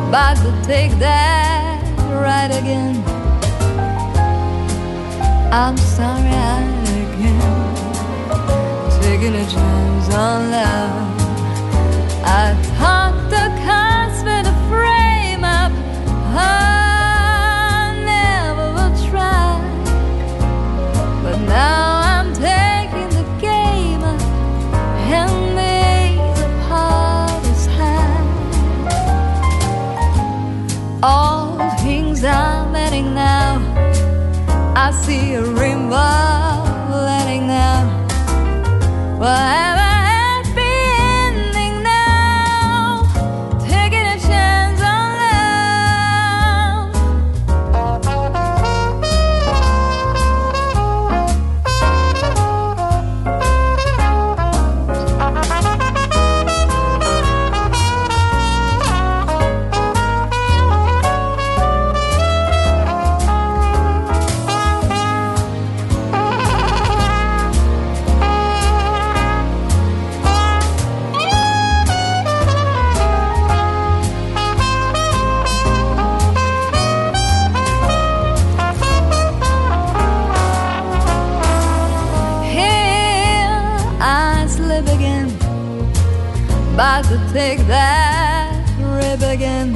but to take that right again. I'm sorry again, taking a chance on love. I thought the cards were the frame up, I never will try, but now I'm taking the game up, and the part is high. All things are letting now, I see a rainbow letting now. Whatever happy ending now, taking a chance on love. About to take that rib again.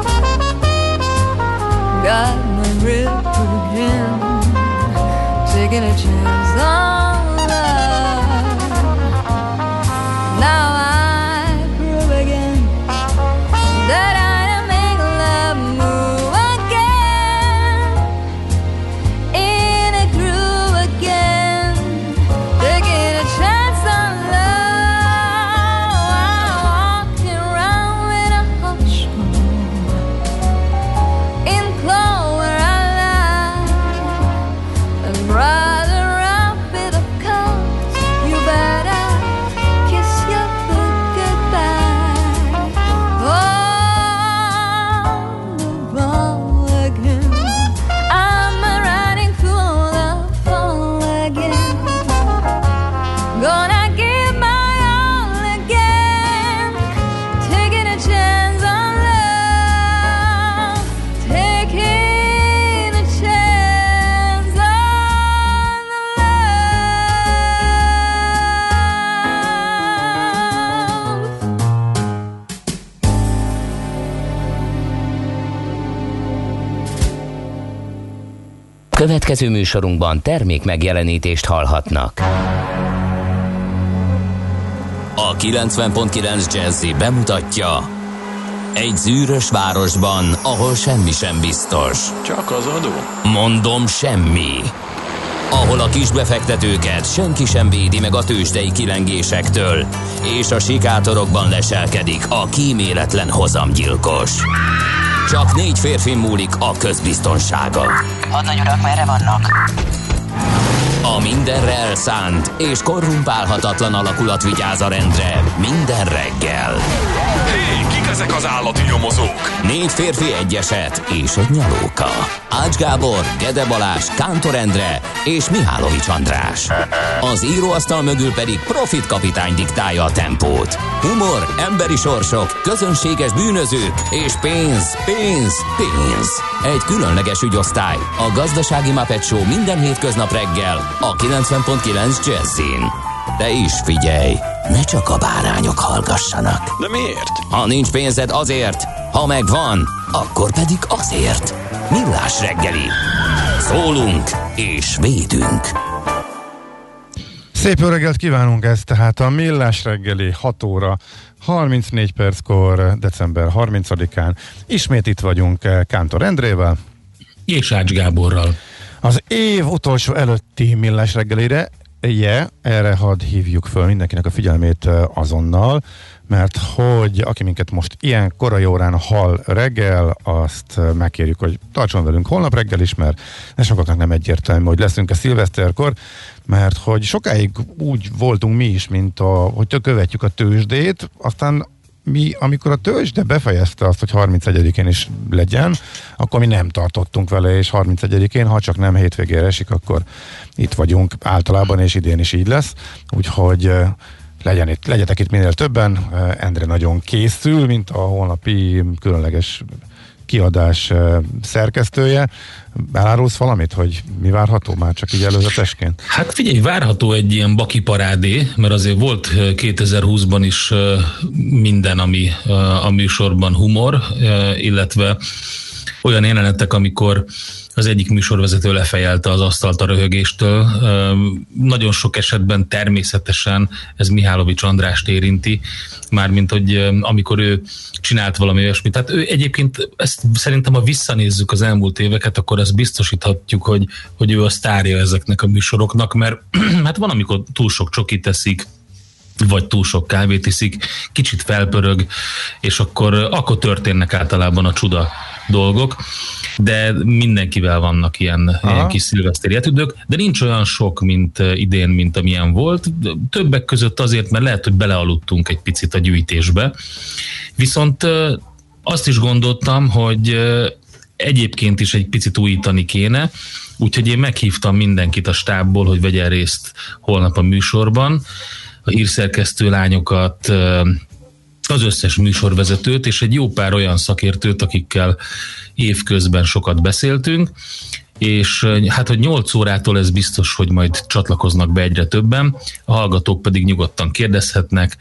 Got my rib again, taking a chance on love. Now I prove again that I make love move again, in a groove again, taking a chance on love. Következő műsorunkban termék megjelenítést hallhatnak. A 90.9 Jazzy bemutatja: egy zűrös városban, ahol semmi sem biztos. Csak az adó? Mondom, semmi. Ahol a kisbefektetőket senki sem védi meg a tőzsdei kilengésektől, és a sikátorokban leselkedik a kíméletlen hozamgyilkos. Csak 4 férfi múlik a közbiztonsága. Hadnagy urak, merre vannak? A mindenre elszánt és korrumpálhatatlan alakulat vigyáz a rendre minden reggel. Hé, kik ezek az állati nyomozók? 4 férfi, egy eset és egy nyalóka. Ács Gábor, Gede Balázs, Kántor Endre és Mihálovics András. Az íróasztal mögül pedig Profit kapitány diktálja a tempót. Humor, emberi sorsok, közönséges bűnözők és pénz, pénz, pénz. Egy különleges ügyosztály, a Gazdasági Muppet Show minden hétköznap reggel a 90.9 Jazzin. De is figyelj, ne csak a bárányok hallgassanak. De miért? Ha nincs pénzed, azért, ha megvan, akkor pedig azért. Millás reggeli. Szólunk és védünk. Szép jó reggelt kívánunk, ez tehát a Millás reggeli 6 óra 34 perckor, december 30-án. Ismét itt vagyunk Kántor Endrével és Ács Gáborral. Az év utolsó előtti Millás reggelire, erre hadd hívjuk föl mindenkinek a figyelmét azonnal, mert hogy aki minket most ilyen korai órán hall reggel, azt megkérjük, hogy tartson velünk holnap reggel is, mert sokaknak nem egyértelmű, hogy leszünk-e szilveszterkor, mert hogy sokáig úgy voltunk mi is, mint hogy követjük a tőzsdét, aztán mi, amikor a tőzsde befejezte azt, hogy 31-én is legyen, akkor mi nem tartottunk vele, és 31-én, ha csak nem hétvégére esik, akkor itt vagyunk általában, és idén is így lesz. Úgyhogy legyetek itt minél többen. Endre nagyon készül, mint a holnapi különleges kiadás szerkesztője. Elárulsz valamit, hogy mi várható már csak így előzetesként? Hát figyelj, várható egy ilyen baki parádé, mert azért volt 2020-ban is minden, ami a műsorban humor, illetve olyan jelenetek, amikor az egyik műsorvezető lefejelte az asztalt a röhögéstől. Nagyon sok esetben természetesen ez Mihálovics Andrást érinti, mármint, hogy amikor ő csinált valami olyasmit. Tehát ő egyébként, ezt szerintem, ha visszanézzük az elmúlt éveket, akkor ezt biztosíthatjuk, hogy ő a sztárja ezeknek a műsoroknak, mert hát van, amikor túl sok csokit teszik, vagy túl sok kávét iszik, kicsit felpörög, és akkor történnek általában a csuda dolgok, de mindenkivel vannak ilyen kis szilveszteri etüdök, de nincs olyan sok, mint idén, mint amilyen volt. Többek között azért, mert lehet, hogy belealudtunk egy picit a gyűjtésbe. Viszont azt is gondoltam, hogy egyébként is egy picit újítani kéne, úgyhogy én meghívtam mindenkit a stábból, hogy vegyen részt holnap a műsorban, a hírszerkesztő lányokat, az összes műsorvezetőt, és egy jó pár olyan szakértőt, akikkel évközben sokat beszéltünk, és hát, hogy 8 órától ez biztos, hogy majd csatlakoznak be egyre többen, a hallgatók pedig nyugodtan kérdezhetnek,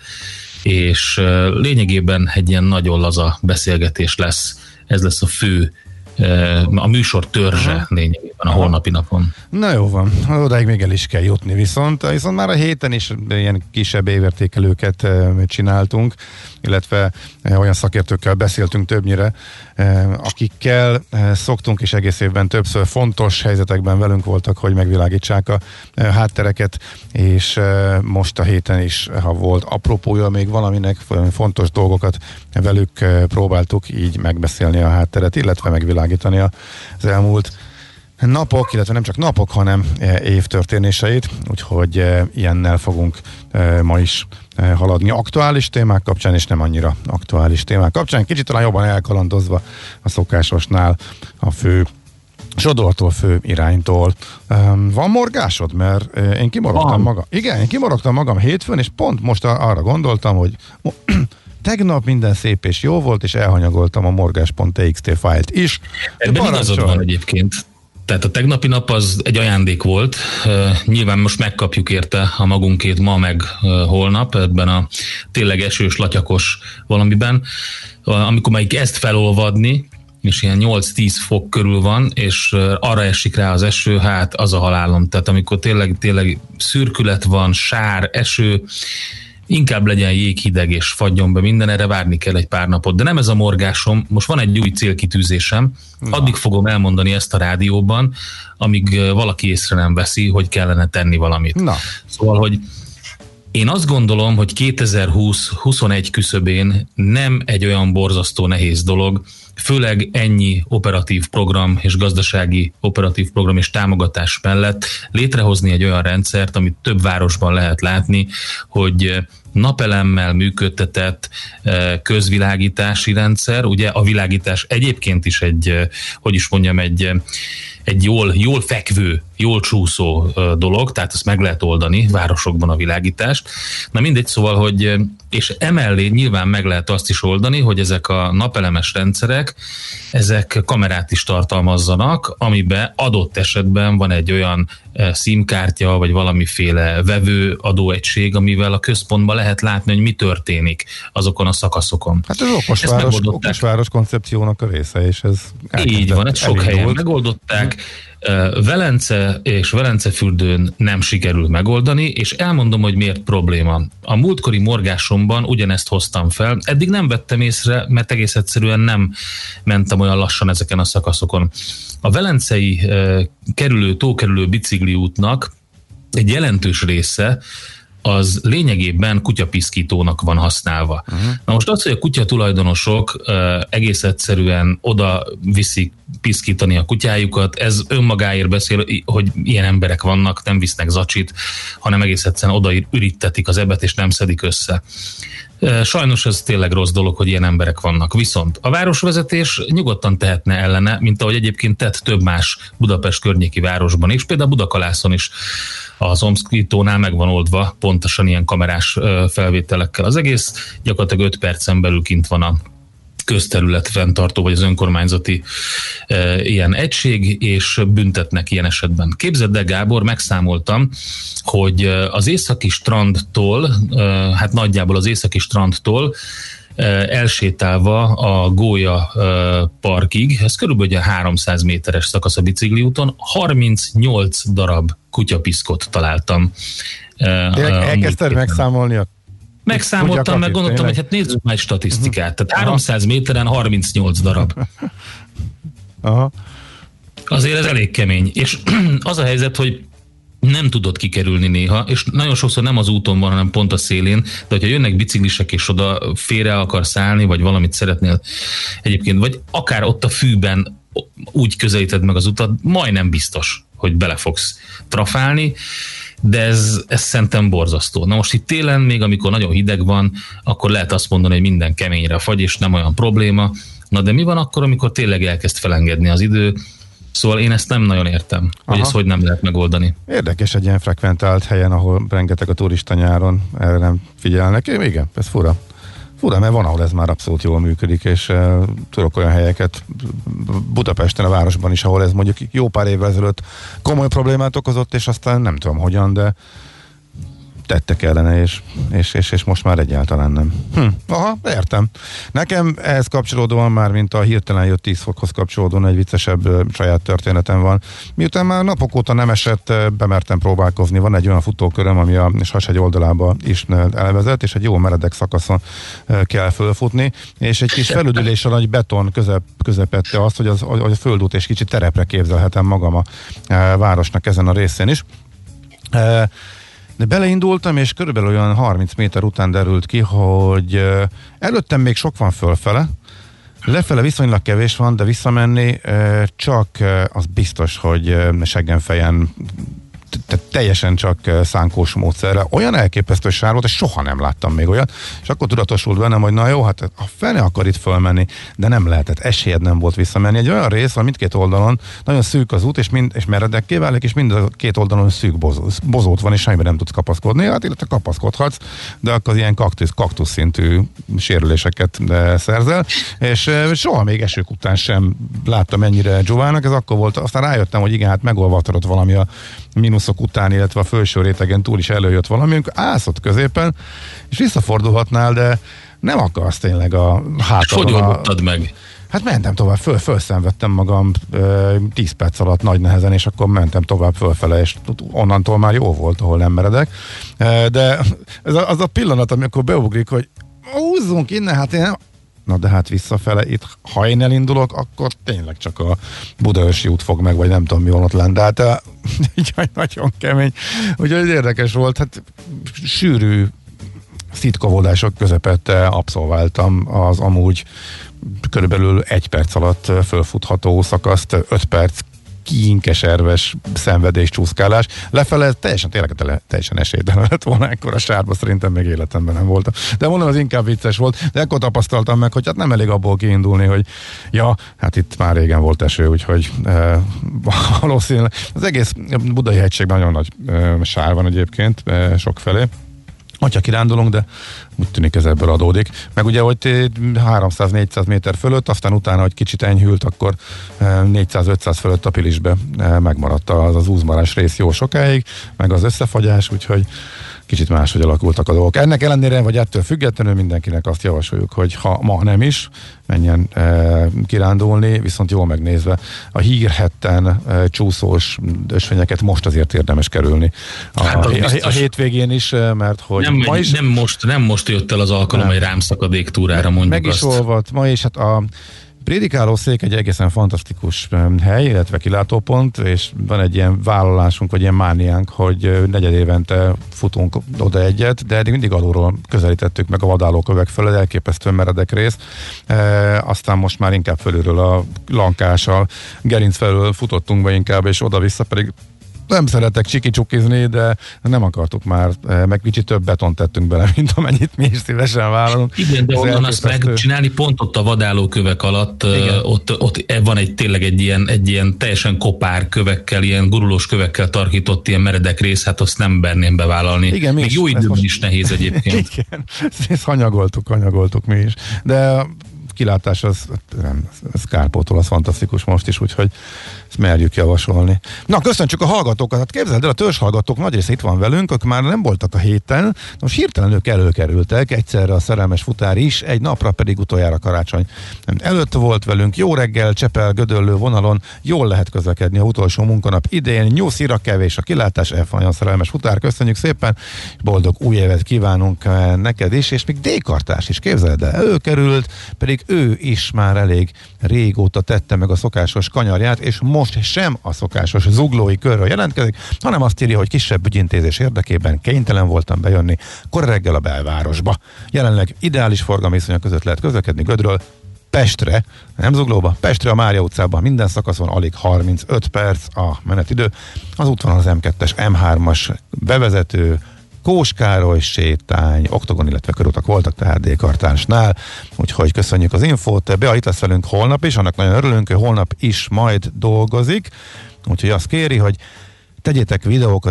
és lényegében egy ilyen nagyon laza beszélgetés lesz. Ez lesz a fő, a műsor törzse lényegében a holnapi napon. Na jó van, odáig még el is kell jutni, viszont már a héten is ilyen kisebb évértékelőket csináltunk, illetve olyan szakértőkkel beszéltünk többnyire, akikkel szoktunk is egész évben többször fontos helyzetekben velünk voltak, hogy megvilágítsák a háttereket, és most a héten is, ha volt apropója még valaminek, fontos dolgokat velük próbáltuk így megbeszélni a hátteret, illetve megvilágítani az elmúlt napok, illetve nem csak napok, hanem évtörténéseit, úgyhogy ilyennel fogunk ma is haladni aktuális témák kapcsán, és nem annyira aktuális témák kapcsán. Kicsit talán jobban elkalandozva a szokásosnál a fő sodortól, fő iránytól. Van morgásod? Mert én kimorogtam magam. Igen, én kimorogtam magam hétfőn, és pont most arra gondoltam, hogy tegnap minden szép és jó volt, és elhanyagoltam a morgás.txt fájlt is. Ebben igazad van egyébként. Tehát a tegnapi nap az egy ajándék volt. Nyilván most megkapjuk érte a magunkét ma meg holnap ebben a tényleg esős, latyakos valamiben. Amikor már kezd felolvadni, és ilyen 8-10 fok körül van, és arra esik rá az eső, hát az a halálom. Tehát amikor tényleg szürkület van, sár, eső, inkább legyen jéghideg és fagyjon be minden, erre várni kell egy pár napot. De nem ez a morgásom, most van egy új célkitűzésem, addig fogom elmondani ezt a rádióban, amíg valaki észre nem veszi, hogy kellene tenni valamit. Na. Szóval, hogy én azt gondolom, hogy 2020-21 küszöbén nem egy olyan borzasztó nehéz dolog, főleg ennyi operatív program és gazdasági operatív program és támogatás mellett létrehozni egy olyan rendszert, amit több városban lehet látni, hogy napelemmel működtetett közvilágítási rendszer. Ugye a világítás egyébként is egy jól fekvő, jól csúszó dolog, tehát ezt meg lehet oldani városokban a világítást. Na mindegy, szóval, hogy és emellé nyilván meg lehet azt is oldani, hogy ezek a napelemes rendszerek, ezek kamerát is tartalmazzanak, amiben adott esetben van egy olyan SIM-kártya, vagy valamiféle vevő adóegység, amivel a központban lehet látni, hogy mi történik azokon a szakaszokon. Hát ez okos város koncepciónak a része, és ez így van, ezt sok helyen megoldották. Velence és Velencefürdőn nem sikerül megoldani, és elmondom, hogy miért probléma. A múltkori morgásomban ugyanezt hoztam fel, eddig nem vettem észre, mert egész egyszerűen nem mentem olyan lassan ezeken a szakaszokon. A velencei tókerülő bicikliútnak egy jelentős része az lényegében kutyapiszkítónak van használva. Na most az, hogy a kutya tulajdonosok egész egyszerűen oda viszik piszkítani a kutyájukat, ez önmagáért beszél, hogy ilyen emberek vannak, nem visznek zacsit, hanem egész egyszerűen oda ürítetik az ebet, és nem szedik össze. Sajnos ez tényleg rossz dolog, hogy ilyen emberek vannak. Viszont a városvezetés nyugodtan tehetne ellene, mint ahogy egyébként tett több más Budapest környéki városban is, például Budakalászon is az Omszki tónál meg van oldva pontosan ilyen kamerás felvételekkel az egész. Gyakorlatilag 5 percen belül kint van a közterület fenntartó, vagy az önkormányzati ilyen egység, és büntetnek ilyen esetben. Képzeld el, Gábor, megszámoltam, hogy az északi strandtól, hát nagyjából az északi strandtól elsétálva a Gólya parkig, ez körülbelül 300 méteres szakasz a bicikliúton, 38 darab kutyapiszkot találtam. Elkezdted megszámolni Megszámoltam, meg gondoltam, hogy hát nézzük már egy statisztikát. Tehát 300 méteren 38 darab. Aha. Azért ez elég kemény. És az a helyzet, hogy nem tudod kikerülni néha, és nagyon sokszor nem az úton van, hanem pont a szélén, de hogyha jönnek biciklisek, és oda félre akarsz állni, vagy valamit szeretnél egyébként, vagy akár ott a fűben úgy közelíted meg az utat, majdnem biztos, hogy bele fogsz trafálni, de ez szerintem borzasztó. Na most itt télen, még amikor nagyon hideg van, akkor lehet azt mondani, hogy minden keményre fagy, és nem olyan probléma. Na de mi van akkor, amikor tényleg elkezd felengedni az idő? Szóval én ezt nem nagyon értem, hogy ezt hogy nem lehet megoldani. Érdekes egy ilyen frekventált helyen, ahol rengeteg a turista nyáron, erre nem figyelnek. Igen, ez fura. Fura, mert van, ahol ez már abszolút jól működik, és tudok olyan helyeket Budapesten, a városban is, ahol ez mondjuk jó pár évvel ezelőtt komoly problémát okozott, és aztán nem tudom hogyan, de tettek ellene, és most már egyáltalán nem. Aha, értem. Nekem ehhez kapcsolódóan már, mint a hirtelen jött 10 fokhoz kapcsolódóan egy viccesebb saját történetem van. Miután már napok óta nem esett, bemertem próbálkozni. Van egy olyan futóköröm, ami a Sashegy oldalába is elvezet, és egy jó meredek szakaszon kell fölfutni, és egy kis felüdüléssel egy beton közepette azt, hogy a földút és kicsit terepre képzelhetem magam a városnak ezen a részén is. De beleindultam, és körülbelül olyan 30 méter után derült ki, hogy előttem még sok van fölfele, lefele viszonylag kevés van, de visszamenni csak az biztos, hogy seggenfejen, teljesen csak szánkós módszerrel. Olyan elképesztő sár volt, és soha nem láttam még olyat, és akkor tudatosult bennem, hogy na jó, hát a fene akar itt fölmenni, de nem lehetett, esélyed nem volt visszamenni. Egy olyan rész van mindkét oldalon, nagyon szűk az út, és meredekké válik, és mind a két oldalon szűk bozót van, és semmiben nem tudsz kapaszkodni, hát illetve kapaszkodhatsz, de akkor ilyen kaktusz szintű sérüléseket szerzel, és soha még esők után sem láttam ennyire dzsúvának, ez akkor volt, aztán rájöttem, hogy igen, hát megolvatodott valami a mínuszok után, illetve a felső rétegen túl is előjött valami, amikor állsz ott középen, és visszafordulhatnál, de nem akarsz tényleg a hátadon. Hogy oldottad meg? Hát mentem tovább, fölszenvedtem magam 10 perc alatt nagy nehezen, és akkor mentem tovább fölfele, és onnantól már jó volt, ahol nem meredek. De az a pillanat, amikor beugrik, hogy húzzunk innen, hát én na de hát visszafele itt, ha én elindulok, akkor tényleg csak a Budaörsi út fog meg, vagy nem tudom mi van ott lenne. De hát nagyon kemény. Úgyhogy érdekes volt, hát sűrű szitkovodások közepette abszolváltam az amúgy körülbelül 1 perc alatt fölfutható szakaszt, 5 perc kiinkeserves szenvedés, csúszkálás. Lefele teljesen esélytelen lett volna, ekkor a sárba szerintem még életemben nem voltam. De mondom, az inkább vicces volt, de ekkor tapasztaltam meg, hogy hát nem elég abból kiindulni, hogy ja, hát itt már régen volt eső, úgyhogy valószínűleg az egész Budai hegységben nagyon nagy sár van egyébként, sokfelé. Hogyha kirándulunk, de úgy tűnik ez ebből adódik. Meg ugye, hogy 300-400 méter fölött, aztán utána, hogy kicsit enyhült, akkor 400-500 fölött a Pilisbe megmaradt az úzmarás rész jó sokáig, meg az összefagyás, úgyhogy kicsit máshogy alakultak a dolgok. Ennek ellenére, vagy ettől függetlenül mindenkinek azt javasoljuk, hogy ha ma nem is, menjen kirándulni, viszont jól megnézve a hírhetten csúszós ösvényeket most azért érdemes kerülni. A hétvégén is, mert hogy nem most jött el az alkalom, hogy rám szakadék túrára, mondjuk meg is olvadt ma, és hát a prédikálószék egy egészen fantasztikus hely, illetve kilátópont, és van egy ilyen vállalásunk, vagy ilyen mániánk, hogy negyed évente futunk oda egyet, de eddig mindig alulról közelítettük meg a vadállókövek föl, elképesztően meredek rész. Aztán most már inkább fölülről a lankással, gerinc felől futottunk be inkább, és oda-vissza pedig nem szeretek csiki-csukizni, de nem akartuk már, meg kicsit több betont tettünk bele, mint amennyit mi is szívesen vállalunk. Igen, de onnan azt megcsinálni pont ott a vadálókövek alatt, ott van tényleg egy ilyen teljesen kopár kövekkel, ilyen gurulós kövekkel tarkított ilyen meredek rész, hát azt nem berném bevállalni. Igen, még jó időben is nehéz egyébként. Igen, ezt hanyagoltuk mi is. De kilátás az kárpótol, az fantasztikus most is, úgyhogy ezt merjük javasolni. Na, köszönjük a hallgatókat. Hát képzeld el, a törzshallgatók nagy része itt van velünk, akik már nem voltak a héten, most hirtelen ők előkerültek, egyszerre a szerelmes futár is, egy napra pedig utoljára karácsony előtt volt velünk. Jó reggel, Csepel, Gödöllő vonalon, jól lehet közlekedni a utolsó munkanap idején, nyuszira kevés a kilátás, elfajjon szerelmes futár, köszönjük szépen, boldog új évet kívánunk neked is, és még D-kartás is, képzeld el, előkerült, pedig ő is már elég régóta tette meg a szokásos kanyarját, és most sem a szokásos zuglói körről jelentkezik, hanem azt írja, hogy kisebb ügyintézés érdekében kénytelen voltam bejönni kora reggel a belvárosba. Jelenleg ideális forgalmi viszonyok között lehet közlekedni Gödről Pestre, nem Zuglóba, Pestre a Mária utcában minden szakaszon alig 35 perc a menetidő. Az útvonal az M2-es, M3-as bevezető, Kós Károly sétány, oktogon, illetve körutak voltak, tehát D-kartásnál, úgyhogy köszönjük az infót. Bea itt lesz velünk holnap is, annak nagyon örülünk, hogy holnap is majd dolgozik, úgyhogy azt kéri, hogy tegyétek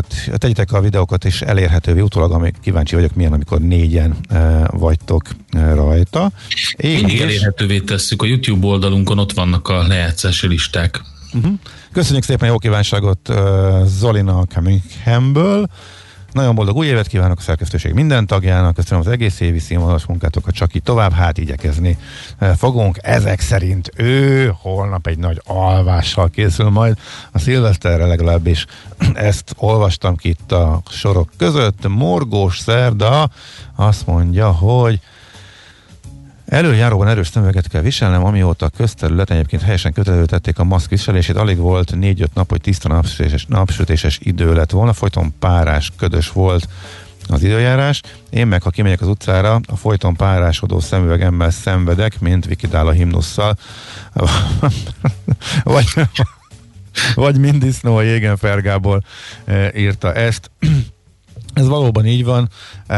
a videókat is elérhetővé utólag, amíg kíváncsi vagyok, milyen, amikor 4-en vagytok rajta. Mindig elérhetővé tesszük, a YouTube oldalunkon ott vannak a lejátszási listák. Köszönjük szépen jó kívánságot Zolinak Münchenből. Nagyon boldog új évet kívánok a szerkesztőség minden tagjának, köszönöm az egész évi színvonalas munkátokat, csak így tovább, hát igyekezni fogunk. Ezek szerint ő holnap egy nagy alvással készül majd a szilveszterre, legalábbis ezt olvastam ki itt a sorok között. Morgós Szerda azt mondja, hogy előjáróban erős szemüveget kell viselnem, amióta a közterületen egyébként helyesen kötelező tették a maszk viselését, alig volt 4-5 nap, hogy tiszta napsütéses idő lett volna, folyton párás, ködös volt az időjárás. Én meg, ha kimegyek az utcára, a folyton párásodó szemüvegemmel szenvedek, mint Vikidál a himnusszal. vagy Mindisznó a jégen Fergából írta ezt. Ez valóban így van.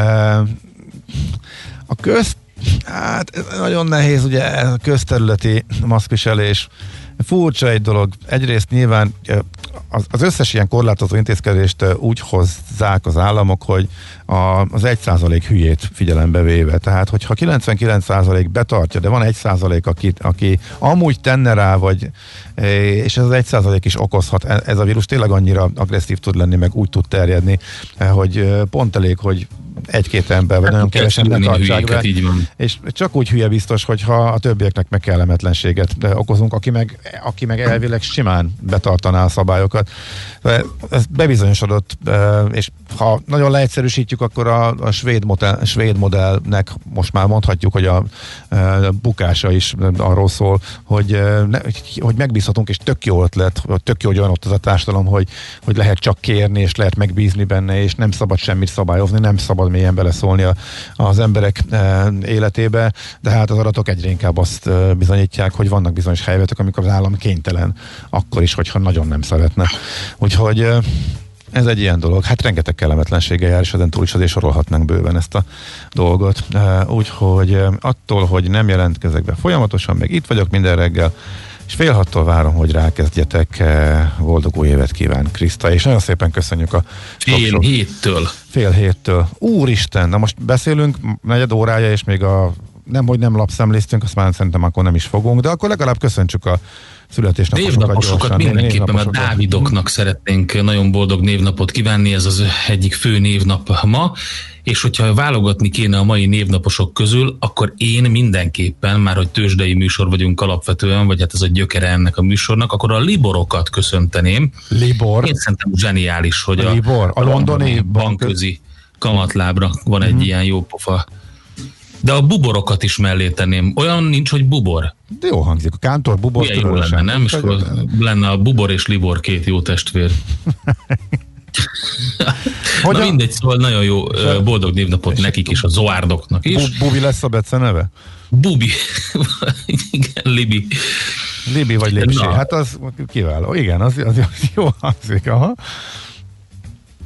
Hát ez nagyon nehéz, ugye a közterületi maszkviselés. Furcsa egy dolog. Egyrészt nyilván az összes ilyen korlátozó intézkedést úgy hozzák az államok, hogy az 1% hülyét figyelembe véve. Tehát, hogyha 99% betartja, de van 1%, aki amúgy tenne rá, és ez az 1% is okozhat. Ez a vírus tényleg annyira agresszív tud lenni, meg úgy tud terjedni, hogy pont elég, hogy egy-két ember, vagy nagyon kevesen ne tartsák be. És csak úgy hülye biztos, hogyha a többieknek meg kellemetlenséget okozunk, aki meg elvileg simán betartaná a szabályokat. Ez bebizonyosodott, és ha nagyon leegyszerűsítjük, akkor a svéd modellnek most már mondhatjuk, hogy a bukása is arról szól, hogy megbízhatunk, és tök jó ötlet, tök jó, hogy olyan ott az a társadalom, hogy lehet csak kérni, és lehet megbízni benne, és nem szabad semmit szabályozni, nem szabad mélyen beleszólni az emberek életébe, de hát az adatok egyre inkább azt bizonyítják, hogy vannak bizonyos helyzetek, amikor az állam kénytelen, akkor is, hogyha nagyon nem szeretne. Úgyhogy ez egy ilyen dolog. Hát rengeteg kellemetlenséggel jár, és ezen túl is azért sorolhatnánk bőven ezt a dolgot. Úgyhogy attól, hogy nem jelentkezek be folyamatosan, meg itt vagyok minden reggel, és 5:30 várom, hogy rákezdjetek. Boldog új évet kíván Kriszta, és nagyon szépen köszönjük a 6:30-től. Úristen, na most beszélünk 4 órája, és még nem lapszemléztünk, azt már szerintem akkor nem is fogunk, de akkor legalább köszöntsük a névnaposokat mindenképpen, mert Dávidoknak szeretnénk nagyon boldog névnapot kívánni, ez az egyik fő névnap ma, és hogyha válogatni kéne a mai névnaposok közül, akkor én mindenképpen, már hogy tőzsdei műsor vagyunk alapvetően, vagy hát ez a gyökere ennek a műsornak, akkor a Liborokat köszönteném. Libor? Én szerintem zseniális, hogy a londoni bankközi kamatlábra van egy ilyen jó pofa. De a buborokat is mellé tenném. Olyan nincs, hogy bubor. De jó hangzik. A Kántor bubor jó lenne, nem? És akkor lenne a bubor és Libor két jó testvér. Na mindegy, szóval nagyon jó boldog névnapot nekik is, a zoárdoknak is. Bubi lesz a Bece neve? Bubi. Igen, Libi. Libi vagy Lipsi. Hát az kiváló. Igen, az jó hangzik. Aha.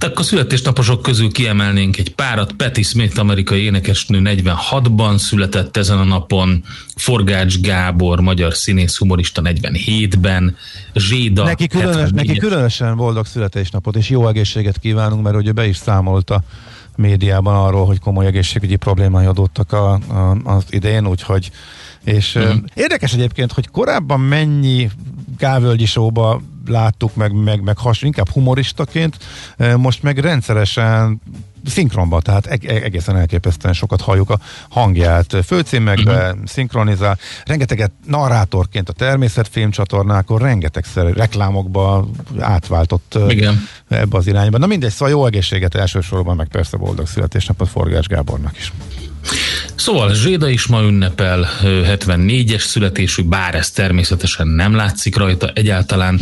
Tehát a születésnaposok közül kiemelnénk egy párat. Patti Smith, amerikai énekesnő 46-ban született ezen a napon, Forgács Gábor, magyar színész, humorista 47-ben, Zséda neki különösen boldog születésnapot, és jó egészséget kívánunk, mert ugye be is számolt a médiában arról, hogy komoly egészségügyi problémái adottak az idén, úgyhogy és érdekes egyébként, hogy korábban mennyi Gávölgyi showba láttuk, meg inkább humoristaként, most meg rendszeresen szinkronba, tehát egészen elképesztően sokat halljuk a hangját főcímekbe, szinkronizál, rengeteget narrátorként a Természetfilm csatornákon, rengetegszer reklámokba átváltott ebbe az irányba. Na mindegy, szóval jó egészséget elsősorban, meg persze boldog születésnapot Forgács Gábornak is. Szóval Zséda is ma ünnepel, 74-es születésű, bár ez természetesen nem látszik rajta egyáltalán.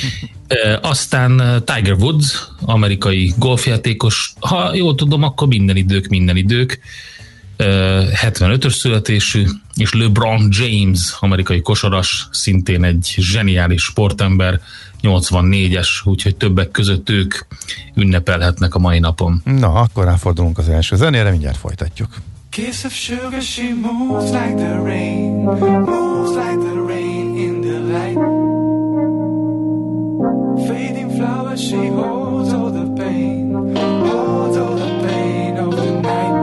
Aztán Tiger Woods, amerikai golfjátékos, ha jól tudom, akkor minden idők, 75-ös születésű, és LeBron James, amerikai kosaras, szintén egy zseniális sportember, 84-es, úgyhogy többek között ők ünnepelhetnek a mai napon. Na, akkor ráfordulunk az első zenére, mindjárt folytatjuk. Kiss of sugar, she moves like the rain, moves like the rain in the light. Fading flowers, she holds all the pain, holds all the pain of the night.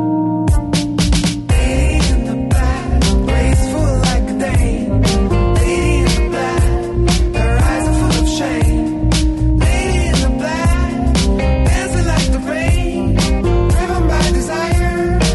Lady in the black, graceful like a Dane. Lady in the black, her eyes are full of shame. Lady in the black, dancing like the rain, driven by desire.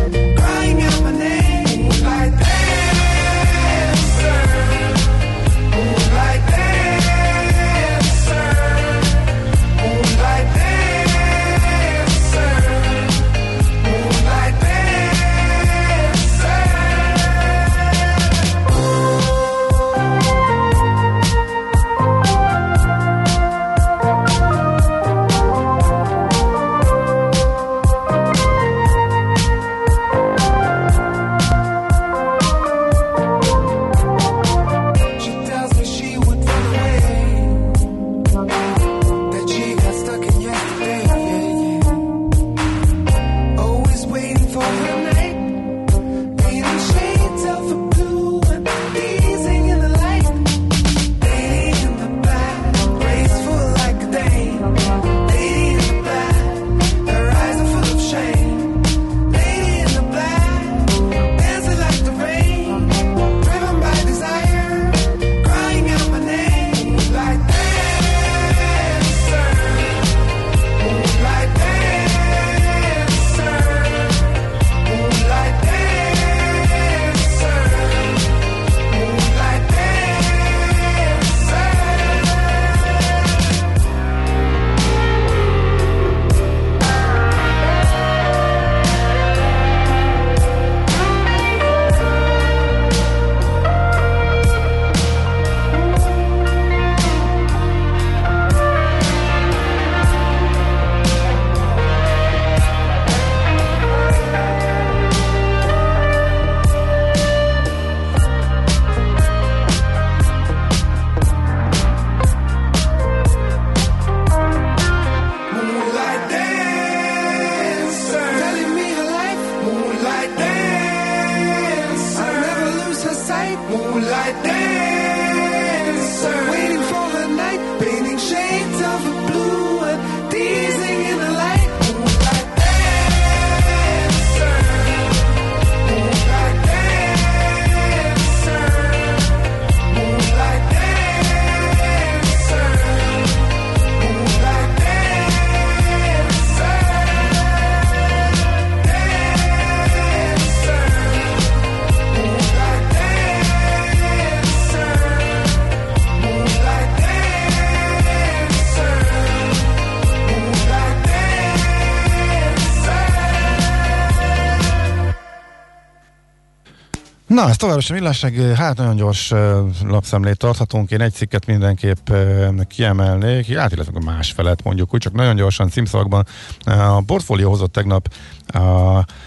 Na, ez továbbra sem Millásság, hát nagyon gyors lapszemlét tarthatunk. Én egy cikket mindenképp kiemelnék, hát illetve másfelet mondjuk úgy, csak nagyon gyorsan címszavakban. A Portfólió hozott tegnap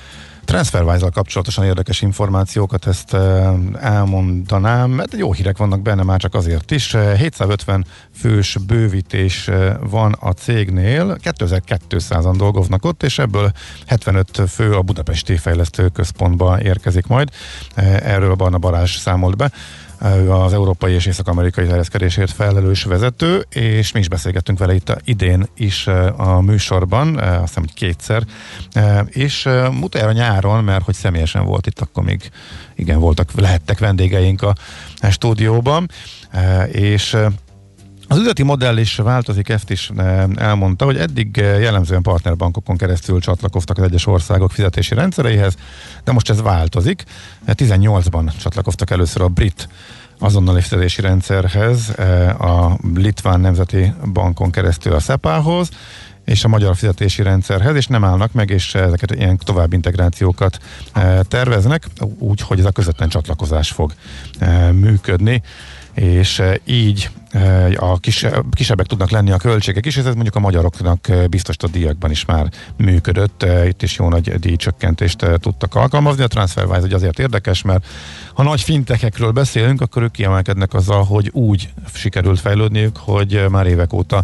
TransferWise-zal kapcsolatosan érdekes információkat, ezt elmondanám, mert jó hírek vannak benne már csak azért is. 750 fős bővítés van a cégnél, 2200-an dolgoznak ott, és ebből 75 fő a budapesti fejlesztőközpontba érkezik majd. Erről Barna Balázs számolt be. Ő az európai és észak-amerikai terjeszkedésért felelős vezető, és mi is beszélgettünk vele itt idén is a műsorban, azt hiszem, hogy kétszer, és utoljára nyáron, mert hogy személyesen volt itt, akkor még igen, lehettek vendégeink a stúdióban, és az üzleti modell is változik, ezt is elmondta, hogy eddig jellemzően partnerbankokon keresztül csatlakoztak az egyes országok fizetési rendszereihez, de most ez változik. 18-ban csatlakoztak először a brit azonnali fizetési rendszerhez, a Litván Nemzeti Bankon keresztül a SEPA-hoz, és a magyar fizetési rendszerhez, és nem állnak meg, és ezeket ilyen további integrációkat terveznek, úgy, hogy ez a közvetlen csatlakozás fog működni, és így a kisebbek tudnak lenni a költségek is, ez mondjuk a magyaroknak biztosított díjakban is már működött, itt is jó nagy díjcsökkentést tudtak alkalmazni. A TransferWise ugye azért érdekes, mert ha nagy fintechekről beszélünk, akkor ők kiemelkednek azzal, hogy úgy sikerült fejlődniük, hogy már évek óta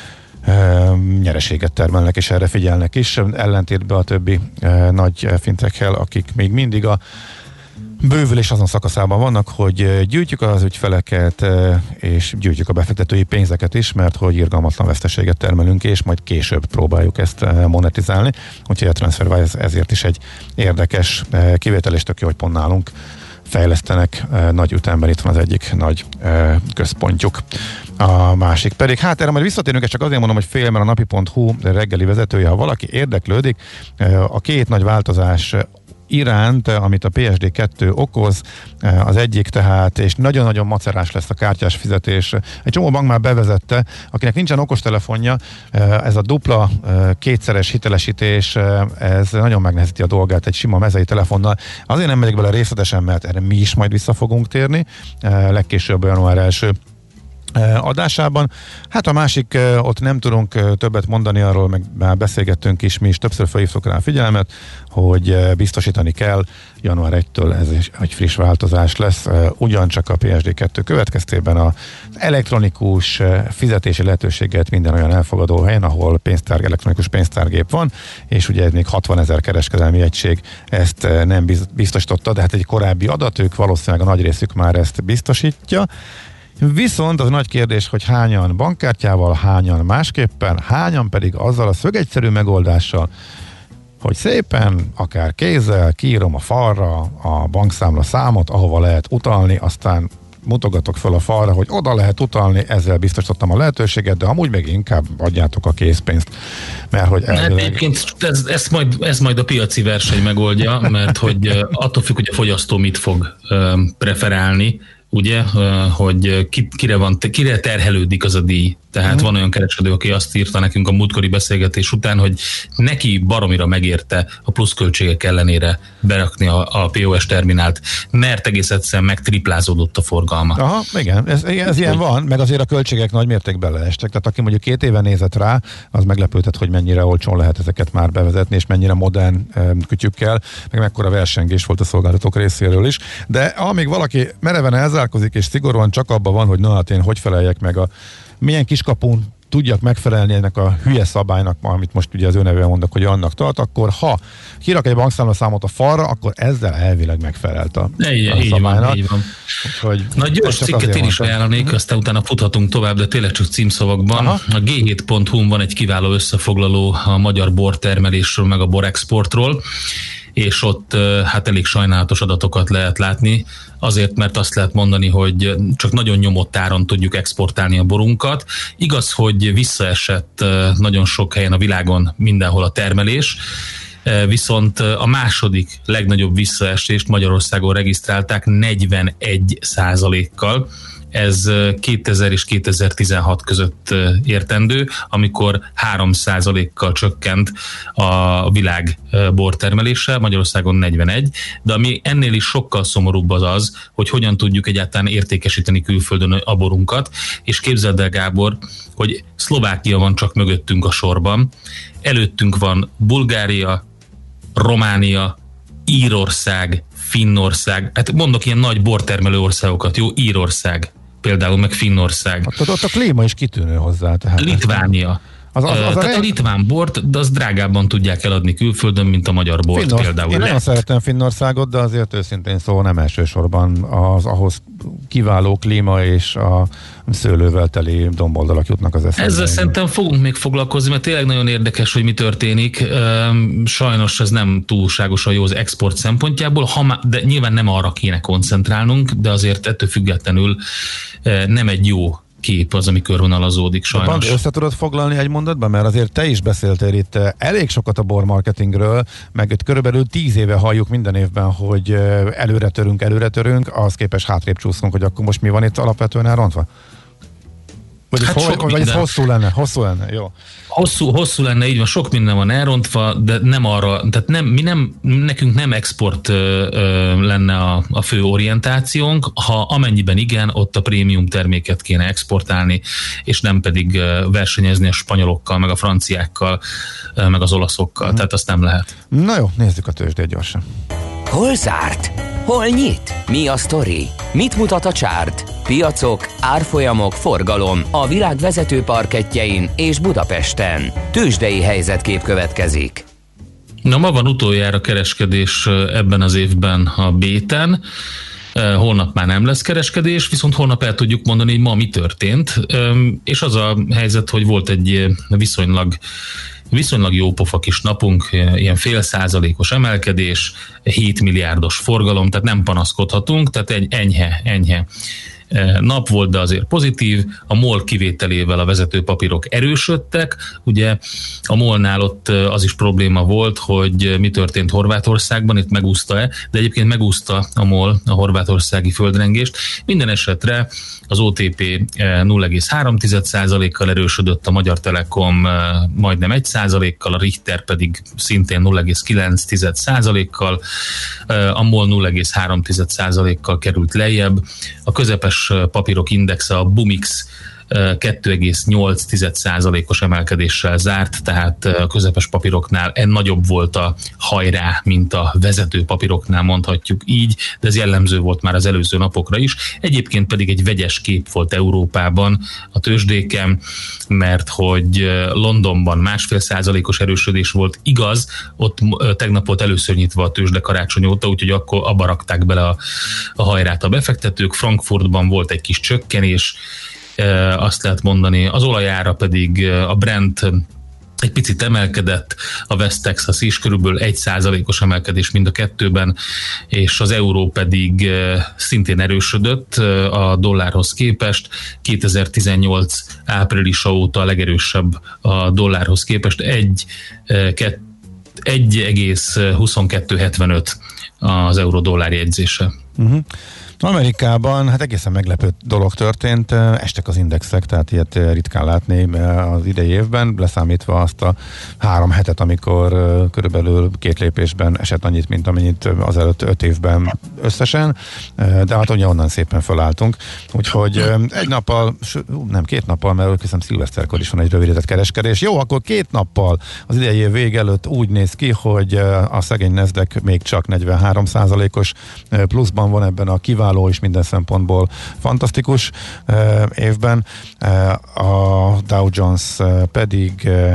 nyereséget termelnek, és erre figyelnek is, ellentétben a többi nagy fintechel, akik még mindig a bővülés azon szakaszában vannak, hogy gyűjtjük az ügyfeleket, és gyűjtjük a befektetői pénzeket is, mert hogy irgalmatlan veszteséget termelünk, és majd később próbáljuk ezt monetizálni. Úgyhogy a TransferWise ezért is egy érdekes kivétel, és tök jó, hogy pont nálunk fejlesztenek nagy ütemben, itt van az egyik nagy központjuk. A másik pedig, hát erre majd visszatérünk, és csak azért mondom, hogy fél, mert a napi.hu reggeli vezetője, ha valaki érdeklődik, a két nagy változás iránt, amit a PSD2 okoz, az egyik tehát, és nagyon-nagyon macerás lesz a kártyás fizetés. Egy csomó bank már bevezette, akinek nincsen okostelefonja, ez a dupla kétszeres hitelesítés, ez nagyon megnehezíti a dolgát egy sima mezei telefonnal. Azért nem megyek bele részletesen, mert erre mi is majd vissza fogunk térni, legkésőbb január 1 adásában. Hát a másik, ott nem tudunk többet mondani, arról meg már beszélgettünk is, mi is többször felhívtuk rá a figyelmet, hogy biztosítani kell, január 1-től ez egy friss változás lesz, ugyancsak a PSD2 következtében az elektronikus fizetési lehetőséget minden olyan elfogadó helyen, ahol elektronikus pénztárgép van, és ugye ez még 60 000 kereskedelmi egység ezt nem biztosította, de hát egy korábbi adat, ők valószínűleg a nagy részük már ezt biztosítja. Viszont az nagy kérdés, hogy hányan bankkártyával, hányan másképpen, hányan pedig azzal a szögegyszerű megoldással, hogy szépen, akár kézzel kiírom a falra a bankszámla számot, ahova lehet utalni, aztán mutogatok fel a falra, hogy oda lehet utalni, ezzel biztosítottam a lehetőséget, de amúgy meg inkább adjátok a készpénzt. Mert hogy elvileg... Egyébként ez majd a piaci verseny megoldja, mert hogy attól függ, hogy a fogyasztó mit fog preferálni, ugye, hogy kire terhelődik az a díj. Tehát van olyan kereskedő, aki azt írta nekünk a múltkori beszélgetés után, hogy neki baromira megérte a pluszköltségek ellenére berakni a POS terminált, mert egész egyszerűen megtriplázódott a forgalma. Aha, igen, ez ilyen van, meg azért a költségek nagy mértékben leestek. Tehát aki mondjuk 2 éve nézett rá, az meglepődhet, hogy mennyire olcsón lehet ezeket már bevezetni, és mennyire modern kütyükkel, meg mekkora versengés volt a szolgáltatók részéről is. De amíg valaki mereven elzárkozik, és szigorúan csak abban van, hogy na hát én hogy feleljek meg milyen kiskapun tudjak megfelelni ennek a hülye szabálynak, amit most ugye az ő nevében mondok, hogy annak tart, akkor ha kirak egy bankszámlaszámot a falra, akkor ezzel elvileg megfelelt a szabálynak. Így van. Na, gyors cikket én is ajánlanék, aztán utána futhatunk tovább, de tényleg csak címszavakban. Aha. A G7.hu-n van egy kiváló összefoglaló a magyar bortermelésről, meg a borexportról, és ott hát elég sajnálatos adatokat lehet látni, azért, mert azt lehet mondani, hogy csak nagyon nyomott áron tudjuk exportálni a borunkat. Igaz, hogy visszaesett nagyon sok helyen a világon mindenhol a termelés, viszont a második legnagyobb visszaesést Magyarországon regisztrálták 41%-kal. Ez 2000 és 2016 között értendő, amikor 3%-kal csökkent a világ bortermelése, Magyarországon 41, de ami ennél is sokkal szomorúbb az, hogy hogyan tudjuk egyáltalán értékesíteni külföldön a borunkat, és képzeld el, Gábor, hogy Szlovákia van csak mögöttünk a sorban, előttünk van Bulgária, Románia, Írország, Finnország, hát mondok ilyen nagy bortermelő országokat, jó, Írország például, meg Finnország. Ott a klíma is kitűnő hozzá. Tehát Litvánia. Tehát a litván bort, de azt drágábban tudják eladni külföldön, mint a magyar bort például. Én nagyon szeretem Finnországot, de azért őszintén szóval nem elsősorban az ahhoz kiváló klíma és a szőlővel teli domboldalak jutnak az eszembe. Ezzel szerintem fogunk még foglalkozni, mert tényleg nagyon érdekes, hogy mi történik. Sajnos ez nem túlságosan jó az export szempontjából, de nyilván nem arra kéne koncentrálnunk, de azért ettől függetlenül nem egy jó kép az, ami körvonalazódik sajnos. Bandi, össze tudod foglalni egy mondatban? Mert azért te is beszéltél itt elég sokat a bormarketingről, meg itt körülbelül 10 éve halljuk minden évben, hogy előre törünk, ahhoz képest hátrébb csúszunk, hogy akkor most mi van itt alapvetően elrontva? Vagy ez hosszú lenne, jó. Hosszú lenne, így van, sok minden van elrontva, de nem arra, tehát nekünk nem export lenne a fő orientációnk, ha amennyiben igen, ott a prémium terméket kéne exportálni, és nem pedig versenyezni a spanyolokkal, meg a franciákkal, meg az olaszokkal, tehát azt nem lehet. Na jó, nézzük a tőzsdét gyorsan. Hol zárt? Hol nyit? Mi a sztori? Mit mutat a csárt? Piacok, árfolyamok, forgalom a világ vezető parkettjein és Budapesten. Tőzsdei helyzetkép következik. Na, ma van utoljára kereskedés ebben az évben a Béten. Holnap már nem lesz kereskedés, viszont holnap el tudjuk mondani, hogy ma mi történt. És az a helyzet, hogy volt egy viszonylag jó pofa kis napunk, ilyen 0,5% emelkedés, 7 milliárdos forgalom, tehát nem panaszkodhatunk, tehát egy enyhe nap volt, de azért pozitív. A MOL kivételével a vezető papírok erősödtek. Ugye a MOL-nál ott az is probléma volt, hogy mi történt Horvátországban, itt megúszta-e, de egyébként megúszta a MOL a horvátországi földrengést. Minden esetre az OTP 0,3%-kal erősödött, a Magyar Telekom majdnem 1%-kal, a Richter pedig szintén 0,9%-kal, a MOL 0,3%-kal került lejjebb. A közepes papírok indexe, a Bumix 2,8%-os emelkedéssel zárt, tehát a közepes papíroknál nagyobb volt a hajrá, mint a vezető papíroknál, mondhatjuk így, de ez jellemző volt már az előző napokra is. Egyébként pedig egy vegyes kép volt Európában a tőzsdéken, mert hogy Londonban 1,5%-os erősödés volt, igaz, ott tegnap volt először nyitva a tőzsde karácsony óta, úgyhogy akkor abba rakták bele a hajrát a befektetők. Frankfurtban volt egy kis csökkenés, azt lehet mondani, az olajára pedig a Brent egy picit emelkedett, a West Texas is körülbelül 1%-os emelkedés mind a kettőben, és az euró pedig szintén erősödött a dollárhoz képest. 2018 áprilisa óta a legerősebb a dollárhoz képest, 1,2275 az euró-dollár jegyzése. Amerikában hát egészen meglepő dolog történt, estek az indexek, tehát ilyet ritkán látni az idei évben, leszámítva azt a 3 hetet, amikor körülbelül 2 lépésben esett annyit, mint amennyit az előtt 5 évben összesen, de hát ugye onnan szépen fölálltunk, úgyhogy 2 nappal, mert hiszem szilveszterkor is van egy rövidített kereskedés. Jó, akkor 2 nappal az idei év vége előtt úgy néz ki, hogy a szegény Nasdaq még csak 43%-os pluszban van ebben a kiváló és minden szempontból fantasztikus évben. A Dow Jones pedig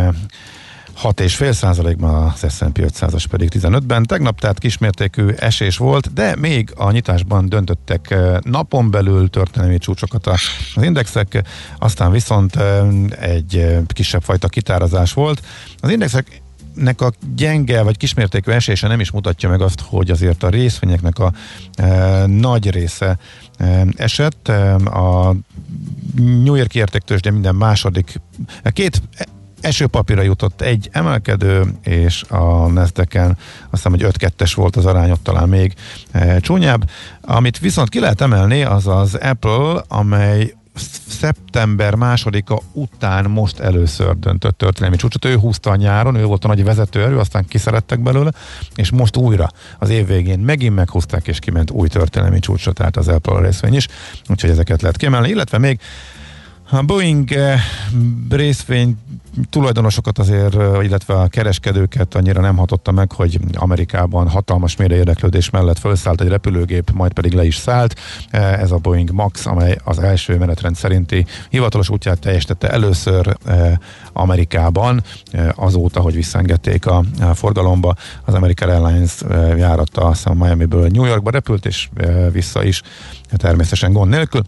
6,5%-ban, az S&P 500-as pedig 15-ben. Tegnap tehát kismértékű esés volt, de még a nyitásban döntöttek napon belül történelmi csúcsokat az indexek, aztán viszont egy kisebb fajta kitárazás volt. Az indexek a gyenge vagy kismértékű esése nem is mutatja meg azt, hogy azért a részvényeknek a nagy része esett. A New York értéktőzsde minden második, 2 esőpapírra jutott, egy emelkedő, és a Nasdaqen azt hiszem, hogy 5-2-es volt az arány, ott talán még csúnyább. Amit viszont ki lehet emelni, az az Apple, amely szeptember 2-a után most először döntött történelmi csúcsot. Ő húzta a nyáron, ő volt a nagy vezetőerő, aztán kiszerettek belőle, és most újra az év végén megint meghúzták, és kiment új történelmi csúcsra, tehát az Apple részvény is, úgyhogy ezeket lehet kiemelni, illetve még A Boeing részvény tulajdonosokat azért, illetve a kereskedőket annyira nem hatotta meg, hogy Amerikában hatalmas mély érdeklődés mellett felszállt egy repülőgép, majd pedig le is szállt. Ez a Boeing MAX, amely az első menetrend szerinti hivatalos útját teljesítette először Amerikában, azóta, hogy visszaengedték a forgalomba. Az American Airlines járata, azt hiszem Miamiből New Yorkba repült, és vissza is, természetesen gond nélkül.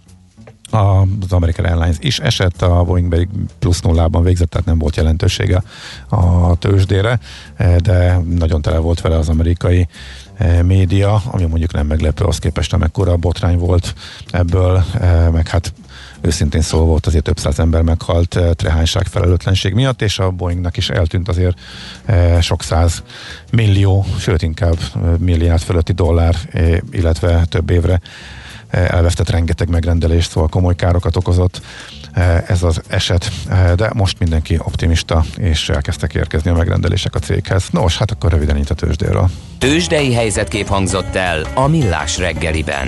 Az American Airlines is esett, a Boeing pedig plusz nullában végzett, tehát nem volt jelentősége a tőzsdére, de nagyon tele volt vele az amerikai média, ami mondjuk nem meglepő, az képest amekkora botrány volt ebből, meg hát őszintén szólva volt azért több száz ember meghalt trehányság, felelőtlenség miatt, és a Boeingnak is eltűnt azért sok száz millió, sőt inkább milliárd fölötti dollár, illetve több évre elvesztett rengeteg megrendelést, szóval komoly károkat okozott ez az eset, de most mindenki optimista, és elkezdtek érkezni a megrendelések a céghez. Nos, hát akkor röviden itt a tőzsdéről. Tőzsdei helyzetkép hangzott el a Millás reggeliben.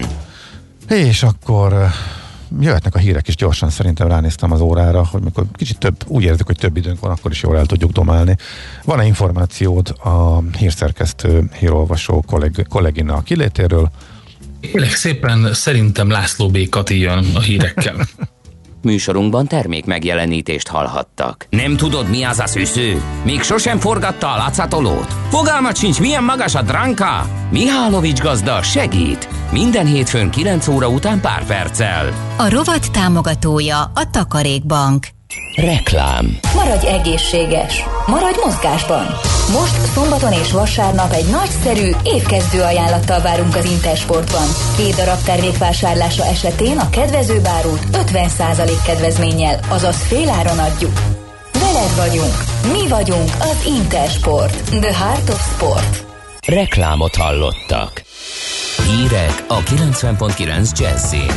És akkor jöhetnek a hírek is gyorsan, szerintem ránéztem az órára, hogy mikor kicsit több, úgy érzük, hogy több időnk van, akkor is jól el tudjuk domálni. Van-e információd a hírszerkesztő, hírolvasó kollégina kilétéről? Kérlek szépen, szerintem László B. Kati jön a hírekkel. Műsorunkban termék megjelenítést hallhattak. Nem tudod, mi az a szűző? Még sosem forgatta a látszatolót? Fogalmat sincs, milyen magas a dránka? Mihálovics gazda segít! Minden hétfőn 9 óra után pár perccel. A rovat támogatója a Takarékbank. Reklám. Maradj egészséges! Maradj mozgásban! Most szombaton és vasárnap egy nagyszerű évkezdő ajánlattal várunk az Intersportban. 2 darab termékvásárlása esetén a kedvezőbb árut 50% kedvezménnyel, azaz féláron adjuk. Veled vagyunk! Mi vagyunk az Intersport. The Heart of Sport. Reklámot hallottak. Hírek a 90.9 Jazzin.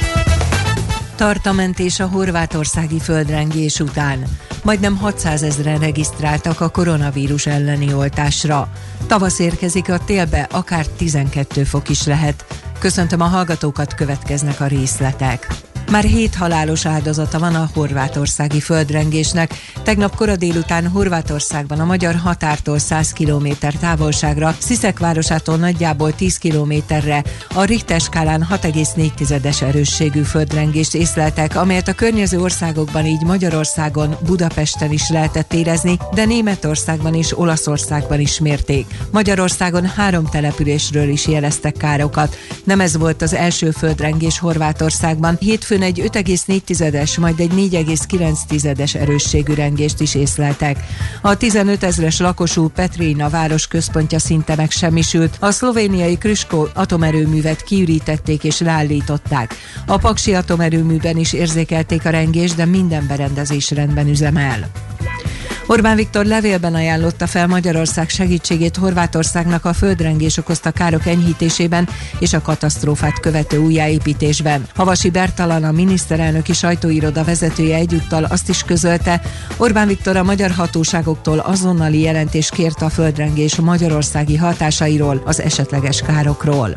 Tart a mentés a horvátországi földrengés után. Majdnem 600 000 regisztráltak a koronavírus elleni oltásra. Tavasz érkezik, a télbe akár 12 fok is lehet. Köszöntöm a hallgatókat, következnek a részletek. Már 7 halálos áldozata van a horvátországi földrengésnek. Tegnap kora délután Horvátországban a magyar határtól 100 km távolságra, Sziszek városától nagyjából 10 kilométerre a Richter skálán 6,4-es erősségű földrengést észleltek, amelyet a környező országokban, így Magyarországon, Budapesten is lehetett érezni, de Németországban és Olaszországban is mérték. Magyarországon 3 településről is jeleztek károkat. Nem ez volt az első földrengés Horvátországban. Hétfőn egy 5,4-es, majd egy 4,9-es erősségű rengést is észleltek. A 15 000-es lakosú Petrina város központja szinte megsemmisült. A szlovéniai Krško atomerőművet kiürítették és leállították. A paksi atomerőműben is érzékelték a rengést, de minden berendezés rendben üzemel. Orbán Viktor levélben ajánlotta fel Magyarország segítségét Horvátországnak a földrengés okozta károk enyhítésében és a katasztrófát követő újjáépítésben. Havasi Bertalan, a miniszterelnöki sajtóiroda vezetője egyúttal azt is közölte, Orbán Viktor a magyar hatóságoktól azonnali jelentést kért a földrengés magyarországi hatásairól, az esetleges károkról.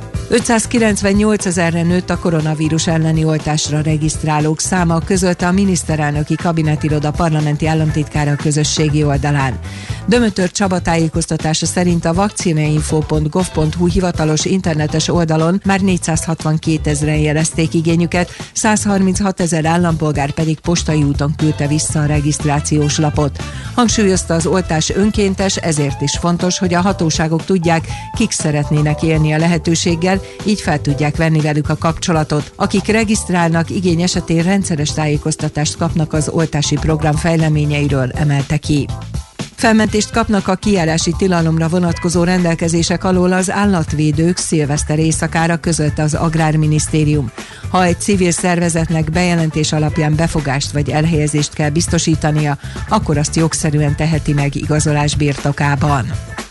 598 000-re nőtt a koronavírus elleni oltásra regisztrálók száma, közölte a miniszterelnöki kabinetiroda parlamenti államtitkára a közösségi oldalán. Dömötör Csaba tájékoztatása szerint a vakcinainfo.gov.hu hivatalos internetes oldalon már 462 000-en jelezték igényüket, 136 000 állampolgár pedig postai úton küldte vissza a regisztrációs lapot. Hangsúlyozta, az oltás önkéntes, ezért is fontos, hogy a hatóságok tudják, kik szeretnének élni a lehetőséggel, így fel tudják venni velük a kapcsolatot. Akik regisztrálnak, igény esetén rendszeres tájékoztatást kapnak az oltási program fejleményeiről, emelte ki. Felmentést kapnak a kijárási tilalomra vonatkozó rendelkezések alól az állatvédők szilveszter éjszakára, közölte az Agrárminisztérium. Ha egy civil szervezetnek bejelentés alapján befogást vagy elhelyezést kell biztosítania, akkor azt jogszerűen teheti meg igazolás birtokában.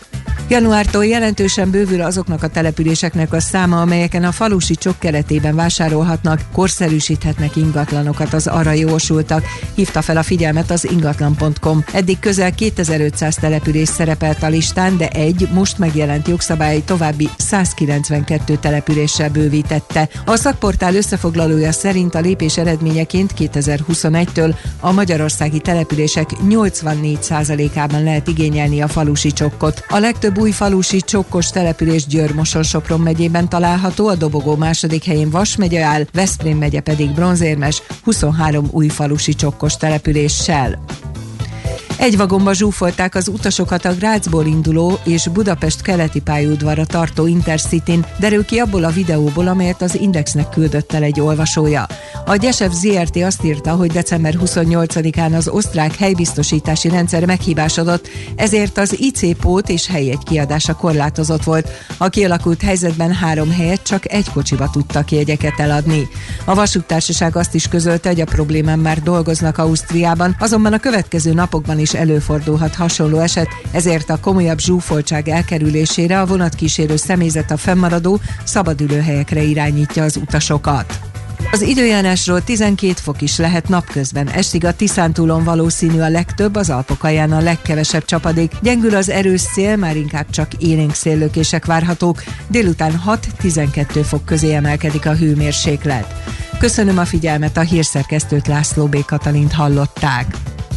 Januártól jelentősen bővül azoknak a településeknek a száma, amelyeken a falusi csok keretében vásárolhatnak, korszerűsíthetnek ingatlanokat az arra jogosultak, hívta fel a figyelmet az ingatlan.com. Eddig közel 2500 település szerepelt a listán, de egy most megjelent jogszabály további 192 településsel bővítette. A szakportál összefoglalója szerint a lépés eredményeként 2021-től a magyarországi települések 84%-ában lehet igényelni a falusi csokkot. A legtöbb új falusi csokkos település Győr-Moson-Sopron megyében található, a dobogó második helyén Vas megye áll, Veszprém megye pedig bronzérmes 23 új falusi csokkos településsel. Egy vagonba zsúfolták az utasokat a Grazból induló és Budapest keleti pályaudvarra tartó Intercityn, derül ki abból a videóból, amelyet az Indexnek küldött el egy olvasója. A Gyesev ZRT azt írta, hogy december 28-án az osztrák helybiztosítási rendszer meghibásodott, ezért az IC pót és helyjegy kiadása korlátozott volt. A kialakult helyzetben 3 helyet csak egy kocsiba tudtak jegyeket eladni. A vasúttársaság azt is közölte, hogy a problémán már dolgoznak Ausztriában, azonban a következő napokban is előfordulhat hasonló eset, ezért a komolyabb zsúfoltság elkerülésére a vonatkísérő személyzet a fennmaradó szabadülőhelyekre irányítja az utasokat. Az időjárásról 12 fok is lehet napközben, estig a Tiszántúlon valószínű a legtöbb, az Alpokalján a legkevesebb csapadék, gyengül az erős szél, már inkább csak élénk széllökések várhatók, délután 6-12 fok közé emelkedik a hőmérséklet. Köszönöm a figyelmet, a hírszerkesztőt, László B. Katalint hallották.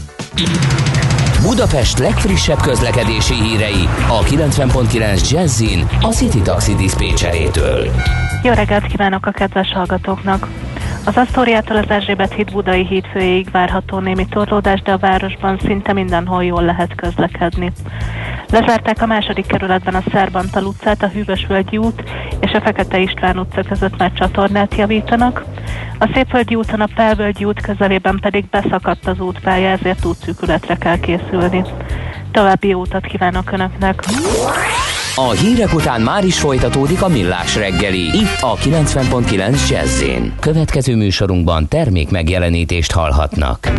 Budapest legfrissebb közlekedési hírei a 90.9 Jazzin a City Taxi diszpécserétől. Jó reggelt kívánok a kedves hallgatóknak! Az Asztóriától az Erzsébet híd Budai híd főjéig várható némi torlódás, de a városban szinte mindenhol jól lehet közlekedni. Lezárták a második kerületben a Szerbantal utcát, a Hűvösvölgyi út és a Fekete István utca között már csatornát javítanak. A Szépvölgyi úton, a Pelvölgyi út közelében pedig beszakadt az útpálya, ezért útszűkületre kell készülni. További jó utat kívánok Önöknek! A hírek után már is folytatódik a Millás reggeli, itt a 90.9 Jazz-én. Következő műsorunkban termék megjelenítést hallhatnak.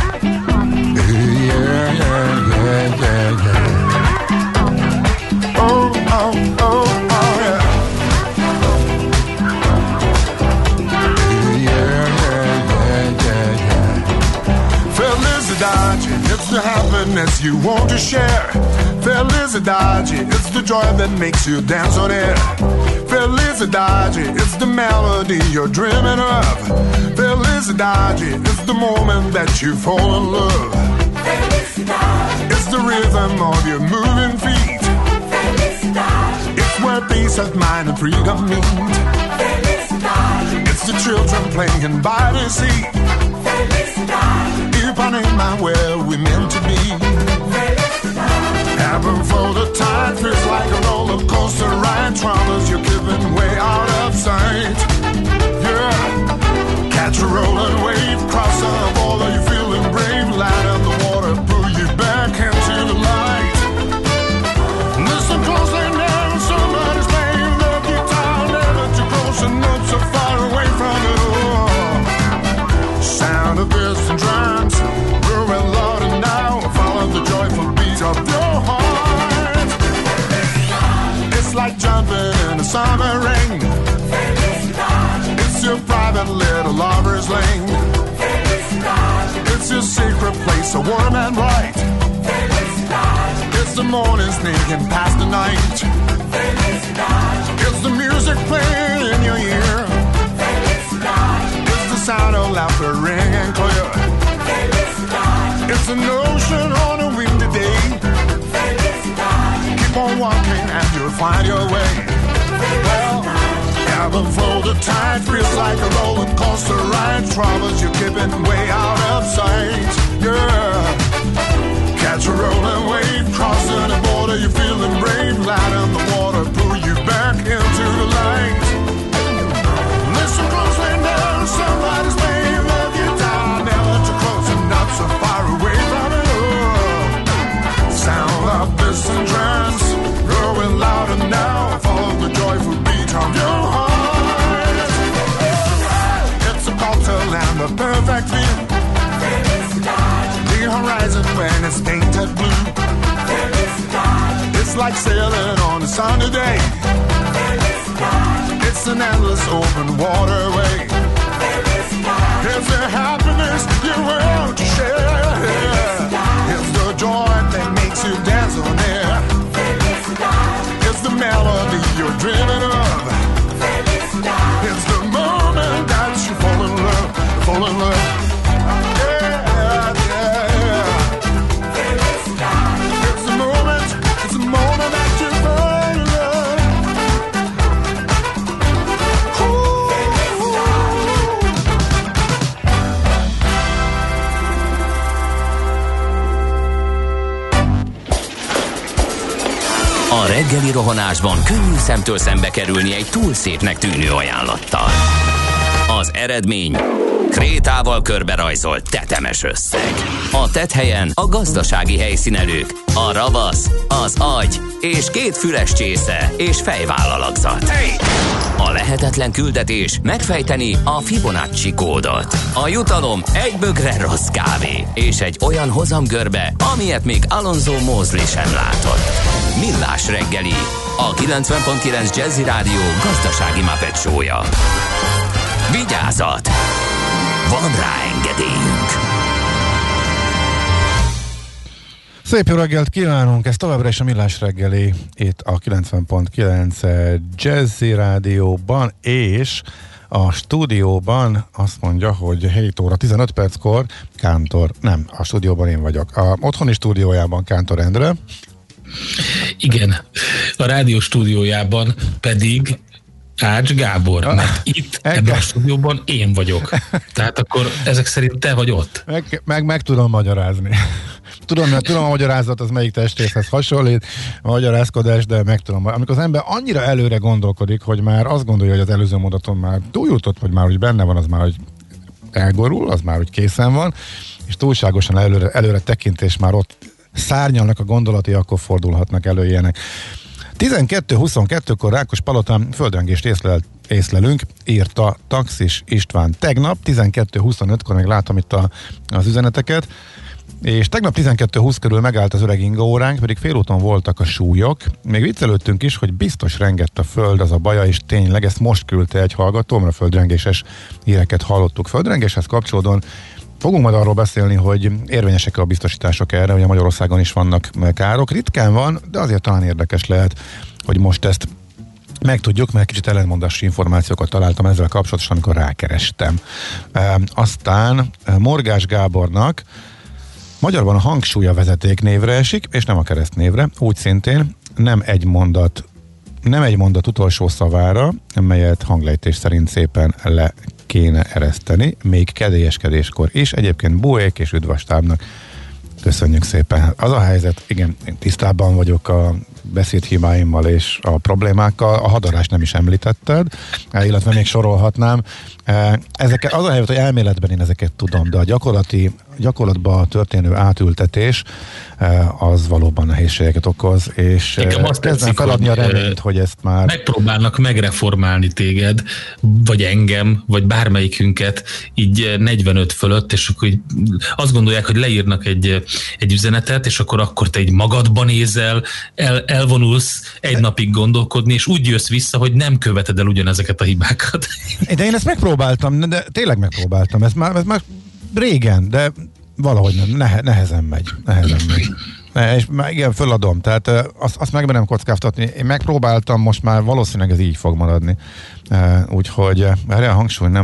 It's the happiness you want to share. Felicidade, it's the joy that makes you dance on air. Felicidade, it's the melody you're dreaming of. Felicidade, it's the moment that you fall in love. Felicidade, it's the rhythm of your moving feet. Felicidade, it's where peace of mind and freedom meet. Felicidade, it's the children playing by the sea. Felicidade, Ipanema where we meant to be. Heaven for the tide feels like a roller coaster ride. Troubles you're giving way out of sight. Yeah, catch a rolling wave, cross the border, you're feeling brave. Light up the water, pull you back into the light. Listen closely now, somebody's playing the guitar. Never too close and not so far away from it all. Sound of distant drums, brewing louder now. Follow the joyful beat of your heart. It's like jumping in the summer rain. It's your private little lover's lane. It's your secret place, so warm and bright. It's the morning sneaking past the night. It's the music playing in your ear. It's the sound of laughter ringing clear. It's an ocean on a windy day. Keep on walking and you'll find your way. Well, heaven for the tide feels like a roller coaster ride. Troubles you're keeping way out of sight. Yeah, catch a rolling wave, crossing the border, you're feeling brave. Light on the water, pull you back into the light. Listen closely now, somebody's playing the guitar. Never too close and not so far away from it all. Sound of distant drums, growing louder now. Follow the joyful beat of your heart. It's a cocktail and a perfect view. The horizon when it's painted blue. It's like sailing on a sunny day. It's an endless open waterway. It's the happiness you want to share. It's the joy that makes you dance on air. It's the melody you're dreaming of. It's the moment that you fall in love. Fall in love. A reggeli rohanásban könnyű szemtől szembe kerülni egy túl szépnek tűnő ajánlattal. Az eredmény krétával körberajzolt tetemes összeg. A tetthelyen a gazdasági helyszínelők, a ravasz, az agy és 2 füles csésze és fejvállalakzat. A lehetetlen küldetés megfejteni a Fibonacci kódot. A jutalom egy bögre rossz kávé és egy olyan hozamgörbe, amilyet még Alonso Mosley sem látott. Millás reggeli, a 90.9 Jazzy Rádió gazdasági Muppet show-ja. Vigyázat! Van rá engedélyünk! Szép jó reggelt kívánunk, ez továbbra is a Millás reggeli, itt a 90.9 Jazzy Rádióban, és a stúdióban azt mondja, hogy 7 óra 15 perckor Kántor, nem, a stúdióban én vagyok, a otthoni stúdiójában Kántor Endre. Igen, a rádió stúdiójában pedig Ács Gábor, mert itt ebben a stúdióban én vagyok. Tehát akkor ezek szerint te vagy ott. Meg tudom magyarázni. Tudom a magyarázat, az melyik testrészhez hasonlít, a magyarázkodás, de meg tudom. Amikor az ember annyira előre gondolkodik, hogy már azt gondolja, hogy az előző mondaton már túljutott, vagy már hogy benne van, az már hogy elgorul, az már hogy készen van, és túlságosan előre tekintés már ott szárnyalnak a gondolati, akkor fordulhatnak elő ilyenek. 12:22-kor Rákospalotán földrengést észlelünk, írta Taxis István tegnap, 12:25-kor meg látom itt az üzeneteket, és tegnap 12:20 körül megállt az öreg ingaóránk, pedig félúton voltak a súlyok. Még viccelődtünk is, hogy biztos rengett a föld, az a baja, és tényleg ezt most küldte egy hallgató, mert a földrengéses híreket hallottuk. Földrengéshez kapcsolódóan fogunk majd arról beszélni, hogy érvényesek a biztosítások erre, hogy a Magyarországon is vannak károk. Ritkán van, de azért talán érdekes lehet, hogy most ezt megtudjuk, mert kicsit ellentmondási információkat találtam ezzel kapcsolatosan, amikor rákerestem. Aztán Morgás Gábornak magyarban a hangsúlya vezetéknévre esik, és nem a keresztnévre, úgy szintén nem egy mondat utolsó szavára, melyet hanglejtés szerint szépen le kéne ereszteni, még kedélyeskedéskor is. Egyébként Buék és üdvastábnak köszönjük szépen. Az a helyzet, igen, én tisztában vagyok a beszédhibáimmal és a problémákkal, a hadarást nem is említetted, illetve még sorolhatnám. Ezeket, az a helyzet, hogy elméletben én ezeket tudom, de a gyakorlatban történő átültetés az valóban nehézségeket okoz, és kezdem feladni a reményt, hogy ezt már... Megpróbálnak megreformálni téged, vagy engem, vagy bármelyikünket így 45 fölött, és akkor így azt gondolják, hogy leírnak egy üzenetet, és akkor te egy magadban nézel, elvonulsz egy napig gondolkodni, és úgy jössz vissza, hogy nem követed el ugyanezeket a hibákat. De én ezt megpróbáltam, de tényleg megpróbáltam, ez már régen, de valahogy nem, nehezen megy. És igen, föladom, tehát azt megmerem kockáztatni. Én megpróbáltam, most már valószínűleg ez így fog maradni. Úgyhogy erre a hangsúly nem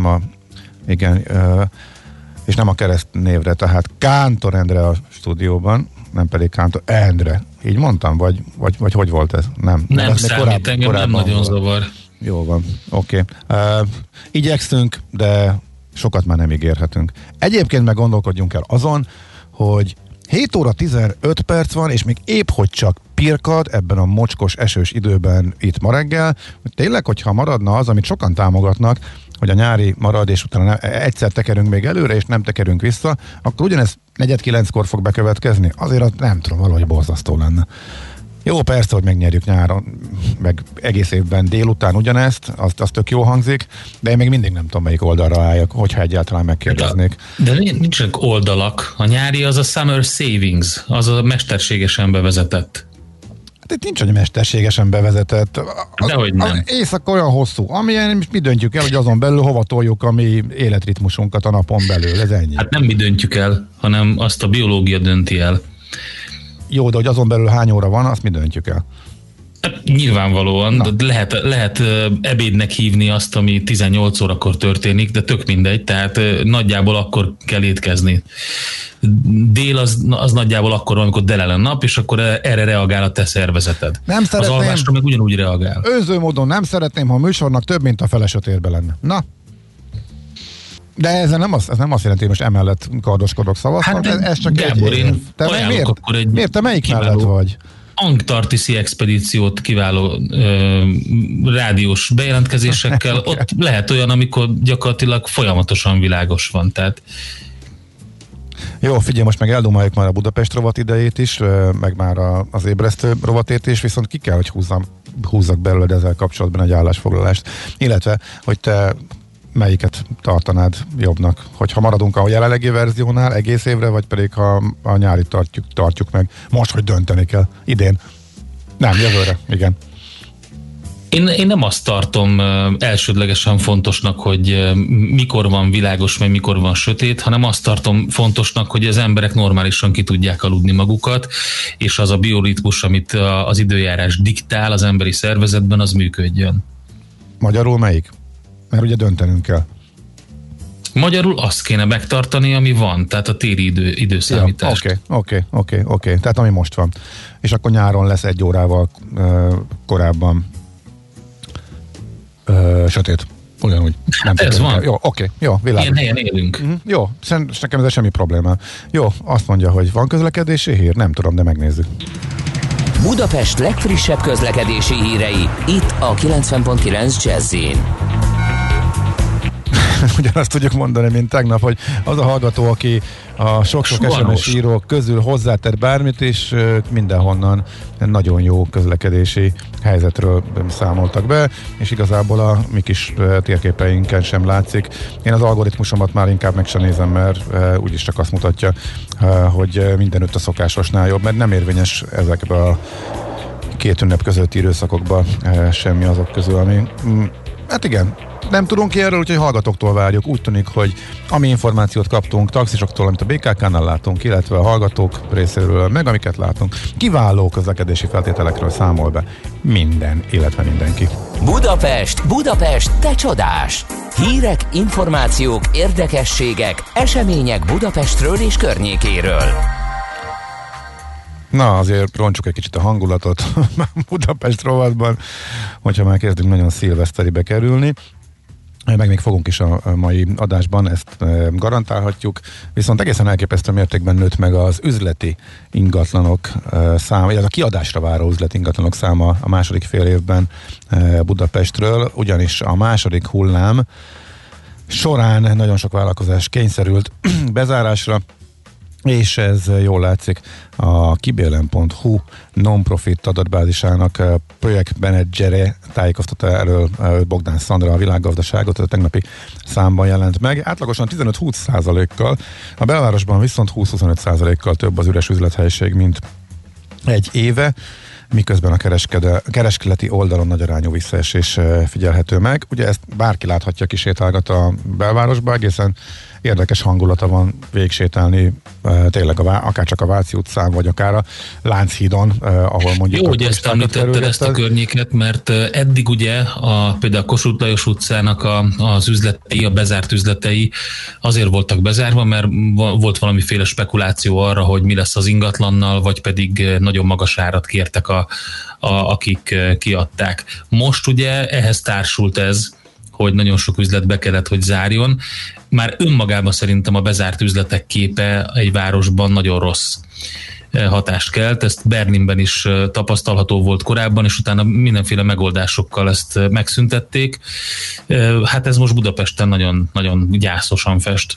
és nem a kereszt névre, tehát Kántor Endre a stúdióban, nem pedig Kántor Endre. Így mondtam, vagy hogy volt ez? Nem számít, engem nem nagyon zavar. Jó van, oké. Igyekszünk, de sokat már nem ígérhetünk. Egyébként meg gondolkodjunk el azon, hogy 7 óra 15 perc van, és még épp hogy csak pirkad ebben a mocskos, esős időben itt ma reggel. Tényleg, hogyha maradna az, amit sokan támogatnak, hogy a nyári marad, és utána egyszer tekerünk még előre, és nem tekerünk vissza, akkor ugyanez 8:45-kor fog bekövetkezni. Azért nem tudom, valahogy borzasztó lenne. Jó, persze, hogy megnyerjük nyáron, meg egész évben délután ugyanezt, az tök jó hangzik, de én még mindig nem tudom, melyik oldalra álljak, hogyha egyáltalán megkérdeznék. De nincsenek oldalak. A nyári az a Summer Savings, az a mesterségesen bevezetett. Hát itt nincs, hogy mesterségesen bevezetett. Dehogy nem. Az éjszaka olyan hosszú, amilyen mi döntjük el, hogy azon belül hova toljuk a mi életritmusunkat a napon belül, ez ennyi. Hát nem mi döntjük el, hanem azt a biológia dönti el. Jó, de hogy azon belül hány óra van, azt mi döntjük el. Hát nyilvánvalóan, lehet ebédnek hívni azt, ami 18 órakor történik, de tök mindegy, tehát nagyjából akkor kell étkezni. Dél az nagyjából akkor van, amikor delel a nap, és akkor erre reagál a te szervezeted. Nem szeretném, az alvásra meg ugyanúgy reagál. Önző módon nem szeretném, ha a műsornak több, mint a fele sötétbe lenne. Na? De ez nem azt jelenti, hogy most emellett kardoskodok szavaztam, Hát, ez csak Gábor, egy... én ajánlok akkor egy miért te melyik kiváló mellett vagy? Antarktiszi expedíciót kiváló rádiós bejelentkezésekkel. Okay. Ott lehet olyan, amikor gyakorlatilag folyamatosan világos van. Tehát jó, figyelj, most meg eldumáljuk már a Budapest rovat idejét is, meg már az ébresztő rovatét is, viszont ki kell, hogy húzzak belőled ezzel kapcsolatban egy állásfoglalást. Illetve, hogy te melyiket tartanád jobbnak? Hogyha maradunk a jelenlegi verziónál egész évre, vagy pedig ha a nyárit tartjuk meg? Most, hogy dönteni kell. Idén. Nem, jövőre. Igen. Én nem azt tartom elsődlegesen fontosnak, hogy mikor van világos, vagy mikor van sötét, hanem azt tartom fontosnak, hogy az emberek normálisan ki tudják aludni magukat, és az a bioritmus, amit az időjárás diktál az emberi szervezetben, az működjön. Magyarul melyik? Mert ugye döntenünk kell. Magyarul azt kéne megtartani, ami van, tehát a téli időszámítást. Ja, oké. Tehát ami most van. És akkor nyáron lesz 1 órával korábban sötét. Ugyanúgy. Nem ez van. Jó, oké. Jó, világos. Ilyen helyen élünk. Jó, nekem ez semmi probléma. Jó, azt mondja, hogy van közlekedési hír? Nem tudom, de megnézzük. Budapest legfrissebb közlekedési hírei, itt a 90.9 Jazz-in. Ugyanazt tudjuk mondani, mint tegnap, hogy az a hallgató, aki a sok-sok SMS írók közül hozzátett bármit, és mindenhonnan nagyon jó közlekedési helyzetről számoltak be, és igazából a mi kis térképeinken sem látszik. Én az algoritmusomat már inkább meg sem nézem, mert úgyis csak azt mutatja, hogy mindenütt a szokásosnál jobb, mert nem érvényes ezekben a 2 ünnep közötti időszakokban semmi azok közül, ami... Hát igen, nem tudunk ki erről, úgyhogy hallgatóktól várjuk. Úgy tűnik, hogy ami információt kaptunk taxisoktól, amit a BKK-nál látunk, illetve a hallgatók részéről, meg amiket látunk, kiváló közlekedési feltételekről számol be minden, illetve mindenki. Budapest, te csodás! Hírek, információk, érdekességek, események Budapestről és környékéről. Na, azért roncsuk egy kicsit a hangulatot Budapest rovatban, hogyha már kezdünk nagyon szilveszteribe kerülni. Meg még fogunk is a mai adásban, ezt garantálhatjuk, viszont egészen elképesztő mértékben nőtt meg az üzleti ingatlanok száma, illetve a kiadásra váró üzleti ingatlanok száma a második fél évben Budapestről, ugyanis a második hullám során nagyon sok vállalkozás kényszerült bezárásra, és ez jól látszik a kibélem.hu non-profit adatbázisának projektmenedzsere tájékoztatta erről Bogdán Szandra a Világgazdaságot, a tegnapi számban jelent meg. Átlagosan 15-20%-kal, a belvárosban viszont 20-25%-kal több az üres üzlethelyiség, mint egy éve, miközben a kereskedeti oldalon nagy arányú visszaesés figyelhető meg. Ugye ezt bárki láthatja, kisétálgat a belvárosba, egészen érdekes hangulata van végsétálni tényleg akár csak a Váci utcán, vagy akár a Lánchídon, ahol mondjuk... Jó, hogy ezt említetted, ezt a környéket, mert eddig ugye például a Kossuth Lajos utcának az üzletei, a bezárt üzletei azért voltak bezárva, mert volt valamiféle spekuláció arra, hogy mi lesz az ingatlannal, vagy pedig nagyon magas árat kértek akik kiadták. Most ugye ehhez társult ez, hogy nagyon sok üzlet be kellett, hogy zárjon. Már önmagában szerintem a bezárt üzletek képe egy városban nagyon rossz hatást kelt. Ezt Berlinben is tapasztalható volt korábban, és utána mindenféle megoldásokkal ezt megszüntették. Hát ez most Budapesten nagyon, nagyon gyászosan fest.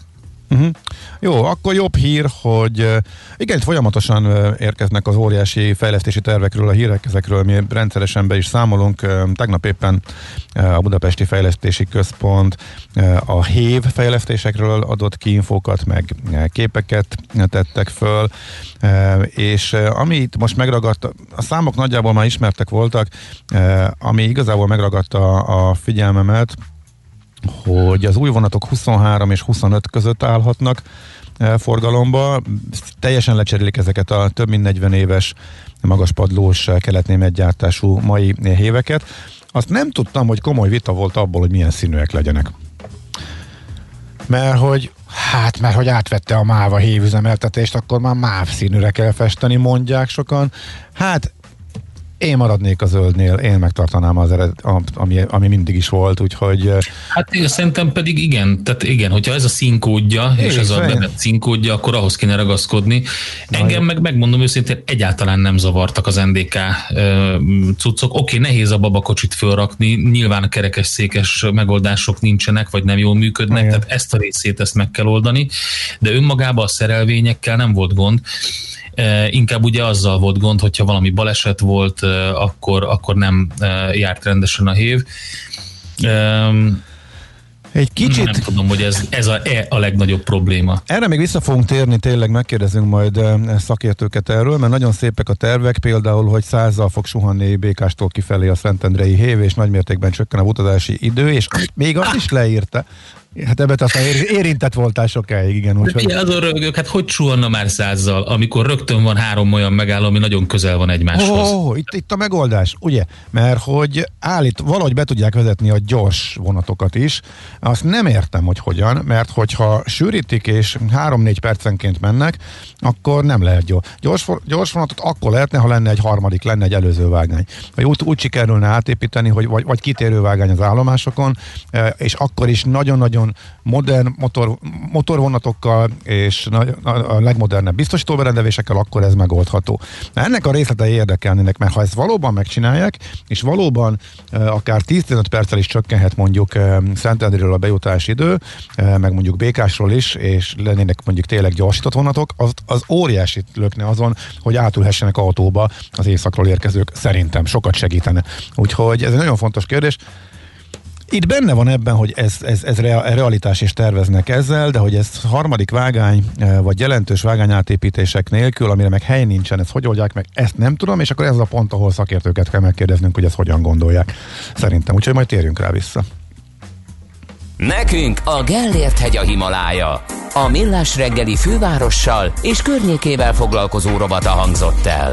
Jó, akkor jobb hír, hogy igen, itt folyamatosan érkeznek az óriási fejlesztési tervekről, a hírek ezekről, mi rendszeresen be is számolunk. Tegnap éppen a Budapesti Fejlesztési Központ a HÉV fejlesztésekről adott ki infókat, meg képeket tettek föl, és ami itt most megragadta, a számok nagyjából már ismertek voltak, ami igazából megragadta a figyelmemet, hogy az új vonatok 23 és 25 között állhatnak forgalomba. Teljesen lecserélik ezeket a több mint 40 éves magaspadlós kelet-német gyártású mai héveket. Azt nem tudtam, hogy komoly vita volt abból, hogy milyen színűek legyenek. Mert hogy átvette a MÁV a hévüzemeltetést, akkor már MÁV színűre kell festeni, mondják sokan. Hát én maradnék a zöldnél, én megtartanám az ami mindig is volt, úgyhogy... Hát én szerintem pedig igen, tehát igen, hogyha ez a színkódja, és ez a bevett színkódja, akkor ahhoz kéne ragaszkodni. Engem megmondom őszintén, egyáltalán nem zavartak az NDK cuccok. Oké, nehéz a babakocsit fölrakni, nyilván a kerekes székes megoldások nincsenek, vagy nem jól működnek, tehát ezt a részét meg kell oldani, de önmagában a szerelvényekkel nem volt gond. Inkább ugye azzal volt gond, hogyha valami baleset volt, akkor nem járt rendesen a hév. Egy kicsit... Nem tudom, hogy ez a legnagyobb probléma. Erre még vissza fogunk térni, tényleg megkérdezünk majd szakértőket erről, mert nagyon szépek a tervek, például, hogy 100-zal fog suhanni Békástól kifelé a Szentendrei hév, és nagymértékben csökken a utazási idő, és még azt is leírta. Hát ebben aztán érintett voltál sokáig, igen. Úgyhogy... Azon rögök, hát hogy suhanna már 100-zal, amikor rögtön van 3 olyan megálló, ami nagyon közel van egymáshoz. Itt a megoldás, ugye? Mert hogy valahogy be tudják vezetni a gyors vonatokat is. Azt nem értem, hogy hogyan, mert hogyha sűrítik és 3-4 percenként mennek, akkor nem lehet gyors vonatot akkor lehetne, ha lenne egy harmadik, lenne egy előző vágány. Vagy úgy sikerülne átépíteni, hogy vagy kitérő vágány az állomásokon, és akkor is nagyon-nagyon modern motorvonatokkal és a legmodernebb biztosítóberendezésekkel, akkor ez megoldható. Ennek a részletei érdekelnének, mert ha ezt valóban megcsinálják, és valóban akár 10-15 perccel is csökkenhet mondjuk Szentendréről a bejutási idő, meg mondjuk Békásról is, és lennének mondjuk tényleg gyorsított vonatok, az óriásit lökne azon, hogy átülhessenek autóba az északról érkezők. Szerintem sokat segítene. Úgyhogy ez egy nagyon fontos kérdés. Itt benne van ebben, hogy ez realitás és terveznek ezzel, de hogy ez harmadik vágány, vagy jelentős vágányátépítések nélkül, amire meg hely nincsen, ezt hogy oldják meg, ezt nem tudom, és akkor ez a pont, ahol szakértőket kell megkérdeznünk, hogy ezt hogyan gondolják. Szerintem, úgyhogy majd térjünk rá vissza. Nekünk a Gellért-hegy a Himalája. A Millás reggeli fővárossal és környékével foglalkozó rovata hangzott el.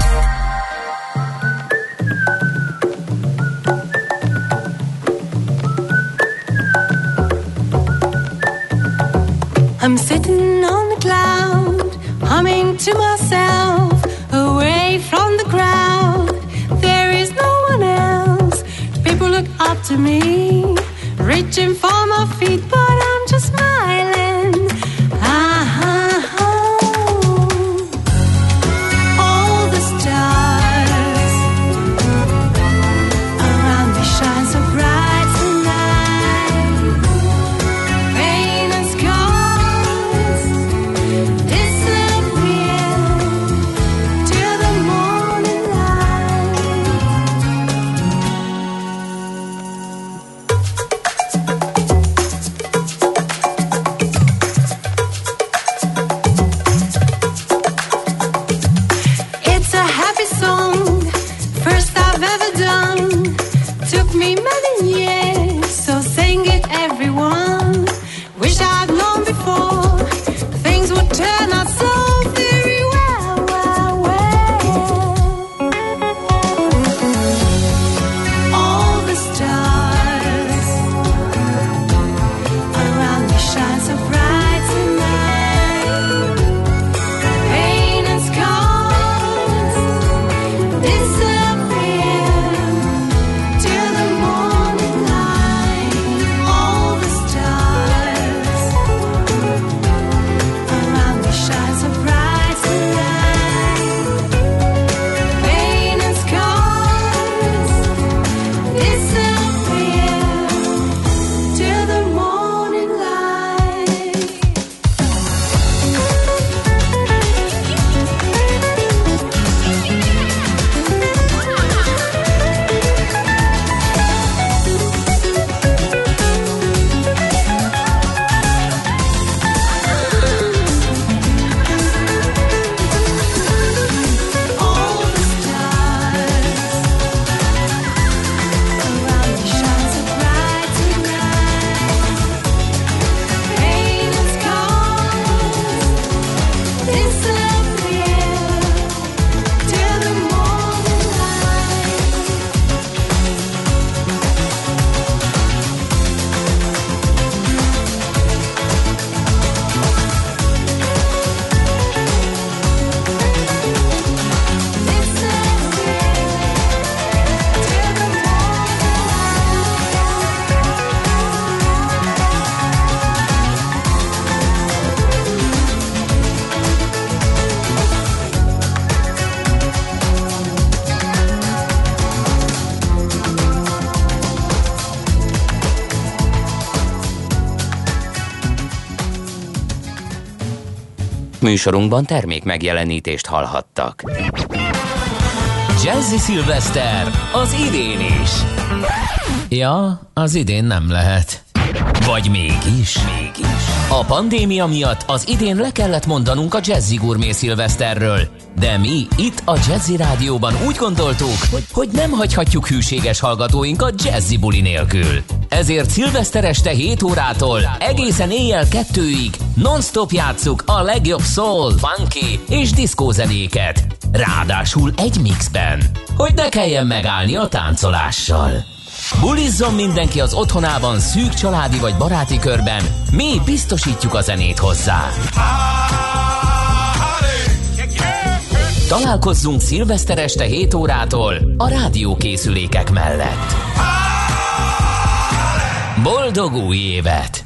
I'm sitting on the cloud, humming to myself, away from the crowd. There is no one else. People look up to me, reaching for my feet, but I'm just smiling. All the stars around me shine so bright tonight. Pain and scars disappear till the morning light. It's a happy song, first I've ever done. Took me many years, so sing it everyone. Wish I'd known before, things would turn out so very well. All the stars around me shine so bright tonight. Pain and scars disappear till the morning. Műsorunkban termék megjelenítést hallhattak. Jazzy Szilveszter az idén is. Ja, az idén nem lehet. Vagy mégis? A pandémia miatt az idén le kellett mondanunk a Jazzy Gourmet Szilveszterről. De mi itt a Jazzy Rádióban úgy gondoltuk, hogy nem hagyhatjuk hűséges hallgatóinkat Jazzy buli nélkül. Ezért szilveszter este 7 órától egészen éjjel 2-ig non-stop játsszuk a legjobb soul, funky és diszkózenéket. Ráadásul egy mixben, hogy ne kelljen megállni a táncolással. Bulizzon mindenki az otthonában szűk családi vagy baráti körben, mi biztosítjuk a zenét hozzá. Találkozzunk szilveszter este 7 órától a rádiókészülékek mellett. Boldog új évet!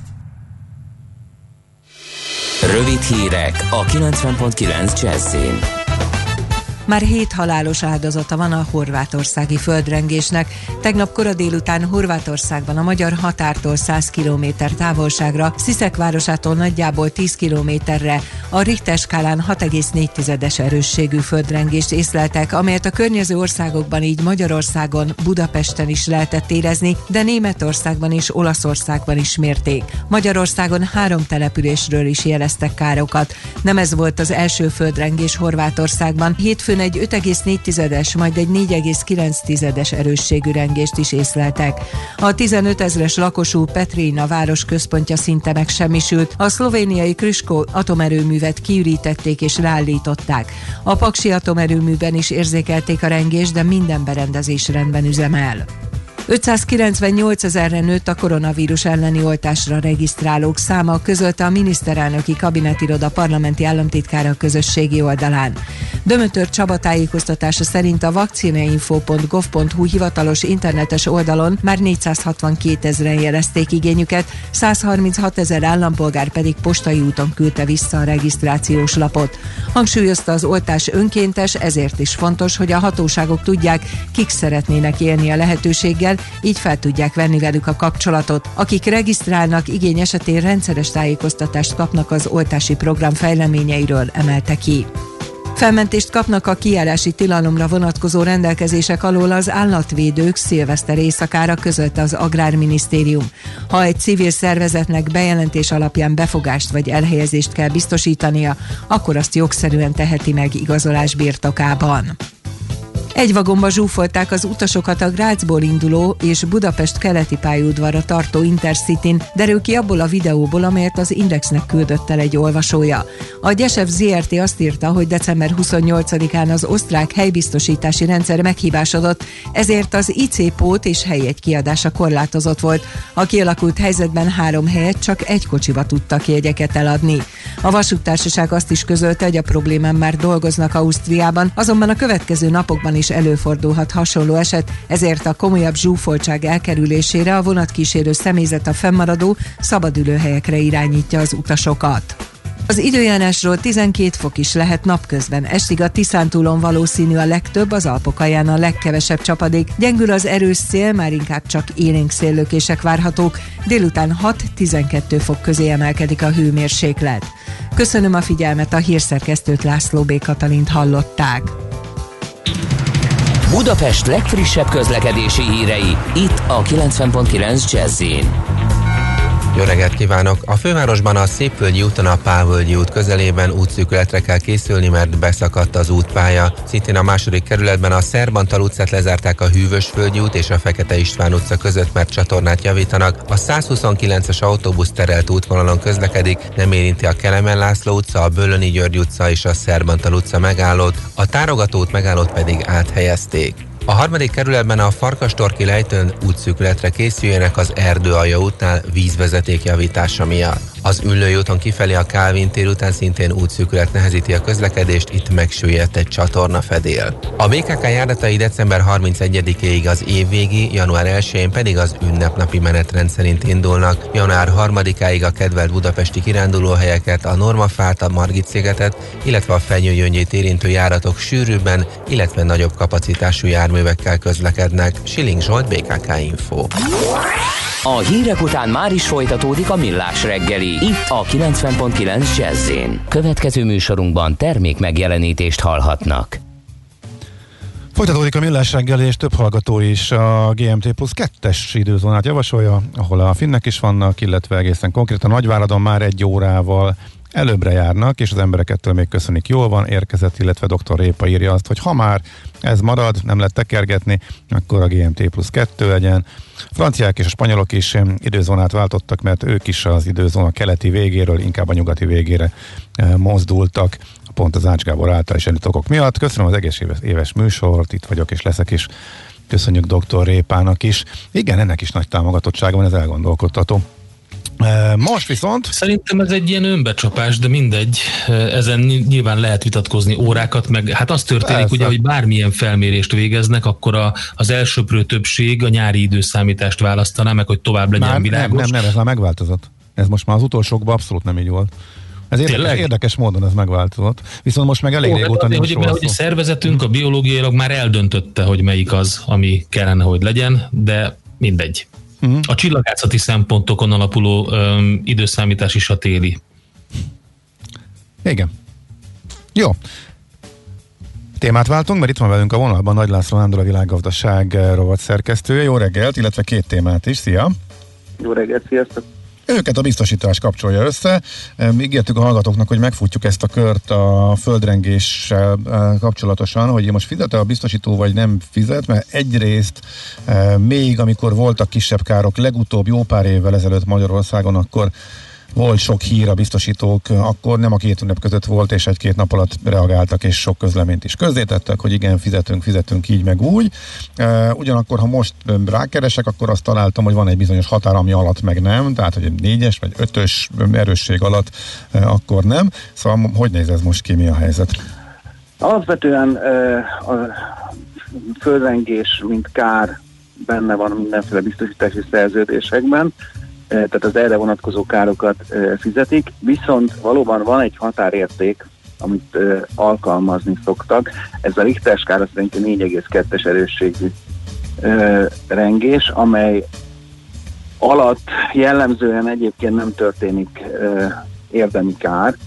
Rövid hírek a 90.9 Jazzin. Már 7 halálos áldozata van a horvátországi földrengésnek. Tegnap kora délután Horvátországban a magyar határtól 100 km távolságra, Sziszek városától nagyjából 10 kilométerre a Richter skálán 6,4-es erősségű földrengést észleltek, amelyet a környező országokban, így Magyarországon, Budapesten is lehetett érezni, de Németországban és Olaszországban is mérték. Magyarországon 3 településről is jeleztek károkat. Nem ez volt az első földrengés Horvátországban. Hétfőn egy 5,4-es, majd egy 4,9-es erősségű rengést is észleltek. A 15 000-es lakosú Petrína város központja szinte megsemmisült, a szlovéniai Krško atomerőművet kiürítették és leállították. A paksi atomerőműben is érzékelték a rengést, de minden berendezés rendben üzemel. 598 000-re nőtt a koronavírus elleni oltásra regisztrálók száma, közölte a miniszterelnöki kabinetiroda parlamenti államtitkára a közösségi oldalán. Dömötör Csaba tájékoztatása szerint a vakcinainfo.gov.hu hivatalos internetes oldalon már 462 000-en jelezték igényüket, 136 000 állampolgár pedig postai úton küldte vissza a regisztrációs lapot. Hangsúlyozta, az oltás önkéntes, ezért is fontos, hogy a hatóságok tudják, kik szeretnének élni a lehetőséggel, így fel tudják venni velük a kapcsolatot. Akik regisztrálnak, igény esetén rendszeres tájékoztatást kapnak az oltási program fejleményeiről, emelte ki. Felmentést kapnak a kijárási tilalomra vonatkozó rendelkezések alól az állatvédők szilveszter éjszakára, közölte az Agrárminisztérium. Ha egy civil szervezetnek bejelentés alapján befogást vagy elhelyezést kell biztosítania, akkor azt jogszerűen teheti meg igazolás birtokában. Egy vagonba zsúfolták az utasokat a Grazból induló és Budapest keleti pályaudvarra tartó Intercityn, derül ki abból a videóból, amelyet az Indexnek küldött el egy olvasója. A Gyesev ZRT azt írta, hogy december 28-án az osztrák helybiztosítási rendszer meghibásodott, ezért az IC-pót és helyjegy kiadása korlátozott volt. A kialakult helyzetben 3 helyet csak egy kocsiba tudtak jegyeket eladni. A vasúttársaság azt is közölte, hogy a problémán már dolgoznak Ausztriában, azonban a következő napokban is előfordulhat hasonló eset, ezért a komolyabb zsúfoltság elkerülésére a vonatkísérő személyzet a fennmaradó szabadülőhelyekre irányítja az utasokat. Az időjárásról 12 fok is lehet napközben, estig a Tiszántúlon valószínű a legtöbb, az Alpok alján a legkevesebb csapadék, gyengül az erős szél, már inkább csak élénk széllökések várhatók, délután 6-12 fok közé emelkedik a hőmérséklet. Köszönöm a figyelmet, a hírszerkesztőt, László B. Katalint hallották. Budapest legfrissebb közlekedési hírei, itt a 90.9 Jazzin. Jó reggelt kívánok! A fővárosban a Szépvölgyi úton a Pálvölgyi út közelében útszűkületre kell készülni, mert beszakadt az útpálya. Szintén a második kerületben a Szerbantal utcát lezárták a Hűvösvölgyi út és a Fekete István utca között, mert csatornát javítanak. A 129-es autóbusz terelt útvonalon közlekedik, nem érinti a Kelemen László utca, a Böllöni György utca és a Szerbantal utca megállót, a Tárogató út megállót pedig áthelyezték. A harmadik kerületben a Farkastorki lejtőn útszűkületre készüljenek az Erdőalja útnál vízvezeték javítása miatt. Az Üllői úton kifelé a Kálvin tér után szintén útszűkület nehezíti a közlekedést, itt megsüllyedt egy csatornafedél. A BKK járatai december 31-ig az évvégi, január 1-én pedig az ünnepnapi menetrend szerint indulnak. Január 3-áig a kedvelt budapesti kirándulóhelyeket, a Normafát, a Margit-szigetet, illetve a Fenyőgyöngyét érintő járatok sűrűbben, illetve nagyobb kapacitású járművekkel közlekednek. Schilling Zsolt, BKK Info. A hírek után már is folytatódik a Millás reggeli, itt a 90.9 Jazz-in. Következő műsorunkban termék megjelenítést hallhatnak. Folytatódik a Millás reggeli, és több hallgató is a GMT plusz 2-es időzónát javasolja, ahol a finnek is vannak, illetve egészen konkrétan Nagyváradon már 1 órával előbbre járnak, és az emberek ettől még köszönik, jól van, érkezett, illetve dr. Répa írja azt, hogy ha már ez marad, nem lehet tekergetni, akkor a GMT plusz 2 legyen. Franciák és a spanyolok is időzónát váltottak, mert ők is az időzóna keleti végéről inkább a nyugati végére mozdultak, pont az Ács Gábor által is okok miatt. Köszönöm az egész éves műsort, itt vagyok és leszek is. Köszönjük dr. Répának is. Igen, ennek is nagy támogatottsága van, ez elgondolkodtató. Most viszont... Szerintem ez egy ilyen önbecsapás, de mindegy. Ezen nyilván lehet vitatkozni órákat, meg hát az történik, ugye, hogy bármilyen felmérést végeznek, akkor az elsöprő többség a nyári időszámítást választaná, meg hogy tovább legyen már világos. Nem, ez már megváltozott. Ez most már az utolsókban abszolút nem így volt. Ez érdekes módon ez megváltozott. Viszont most meg elég régóta nincs róla szó. A szervezetünk a biológiailag már eldöntötte, hogy melyik az, ami kellene, hogy legyen, de mindegy. A csillagászati szempontokon alapuló időszámítás is a téli. Igen. Jó. Témát váltunk, mert itt van velünk a vonalban Nagy László Nándor, a Világgazdaság rovat szerkesztője. Jó reggelt, illetve 2 témát is. Szia! Jó reggelt, sziasztok! Őket a biztosítás kapcsolja össze. Ígértük a hallgatóknak, hogy megfutjuk ezt a kört a földrengéssel kapcsolatosan, hogy most fizet-e a biztosító, vagy nem fizet, mert egyrészt még amikor voltak kisebb károk, legutóbb jó pár évvel ezelőtt Magyarországon, akkor volt sok hír a biztosítók, akkor nem a 2 ünnep között volt, és 1-2 nap alatt reagáltak, és sok közleményt is közzétettek, hogy igen, fizetünk így meg úgy. Ugyanakkor, ha most rákeresek, akkor azt találtam, hogy van egy bizonyos határ, ami alatt meg nem, tehát hogy egy 4-es vagy 5-ös erősség alatt akkor nem. Szóval hogy néz ez most ki, mi a helyzet? Alapvetően a földrengés, mint kár benne van mindenféle biztosítási szerződésekben, tehát az erre vonatkozó károkat fizetik, viszont valóban van egy határérték, amit alkalmazni szoktak. Ez a Richter skála szerint 4,2-es erősségű rengés, amely alatt jellemzően egyébként nem történik érdemi kár.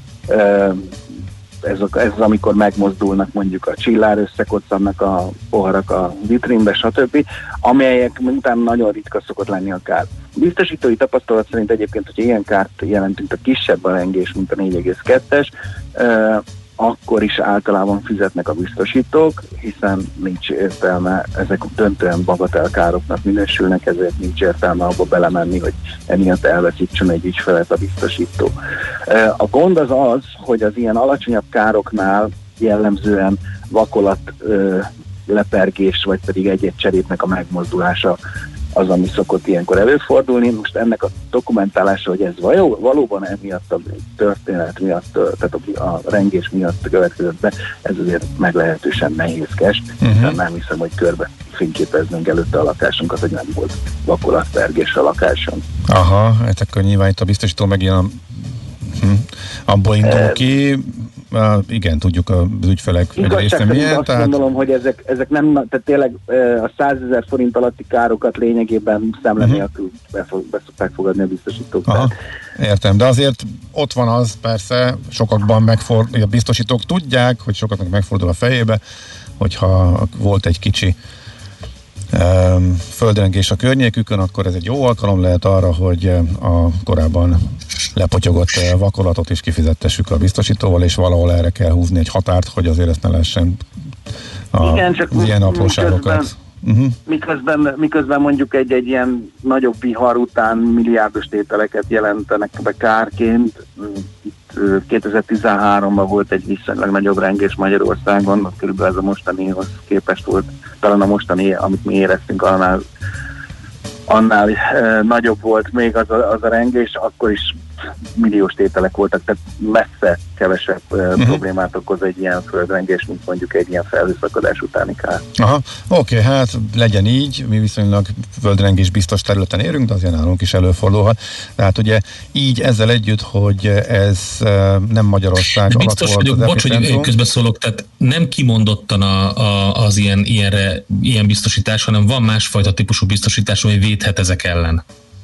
Ez az, amikor megmozdulnak mondjuk a csillár, összekoccannak a poharak a vitrínbe, stb., amelyek után nagyon ritka szokott lenni a kár. Biztosítói tapasztalat szerint egyébként, hogy ilyen kárt jelentünk, a kisebb a rengés, mint a 4,2-es, akkor is általában fizetnek a biztosítók, hiszen nincs értelme, ezek döntően bagatelkároknak minősülnek, ezért nincs értelme abba belemenni, hogy emiatt elveszítsen egy ügyfelet a biztosító. A gond az, hogy az ilyen alacsonyabb károknál jellemzően vakolat, lepergés, vagy pedig egy-egy cserépnek a megmozdulása az, ami szokott ilyenkor előfordulni. Most ennek a dokumentálása, hogy ez valóban emiatt a történet miatt, tehát a rengés miatt következett be, ez azért meglehetősen nehézkes, hiszen nem hiszem, hogy körbe fényképeznünk előtte a lakásunkat, hogy nem volt vakolatpergés a lakáson. Aha, hát akkor nyilván itt a biztosító megint abból indul ki. Igen, tudjuk az ügyfelek egy része milyen. Azt gondolom, hogy ezek nem, tehát tényleg a 100 000 forint alatti károkat lényegében szemle nélkül beszokták fogadni a biztosítók. Aha, értem, de azért ott van az persze, sokakban megfordul, a biztosítók tudják, hogy sokaknak megfordul a fejébe, hogyha volt egy kicsi földrengés a környékükön, akkor ez egy jó alkalom lehet arra, hogy a korábban lepotyogott vakolatot is kifizettessük a biztosítóval, és valahol erre kell húzni egy határt, hogy azért ezt ne lehessen az ilyen apróságokat. Miközben mondjuk egy ilyen nagyobb vihar után milliárdos tételeket jelentenek be kárként. Itt 2013-ban volt egy viszonylag nagyobb rengés Magyarországon, körülbelül ez a mostanihoz képest volt, talán a mostani, amit mi éreztünk, annál nagyobb volt még az a rengés, akkor is milliós tételek voltak, tehát messze kevesebb problémát okoz egy ilyen földrengés, mint mondjuk egy ilyen felhőszakadás utáni kár. Aha, oké, hát legyen így, mi viszonylag földrengés biztos területen érünk, de azért nálunk is előfordulhat. Tehát ugye így ezzel együtt, hogy ez nem Magyarország alatt biztos volt vagyok, az bocs, hogy közbeszólok, tehát nem kimondottan az ilyen biztosítás, hanem van másfajta típusú biztosítás, hogy védhet ezek ellen.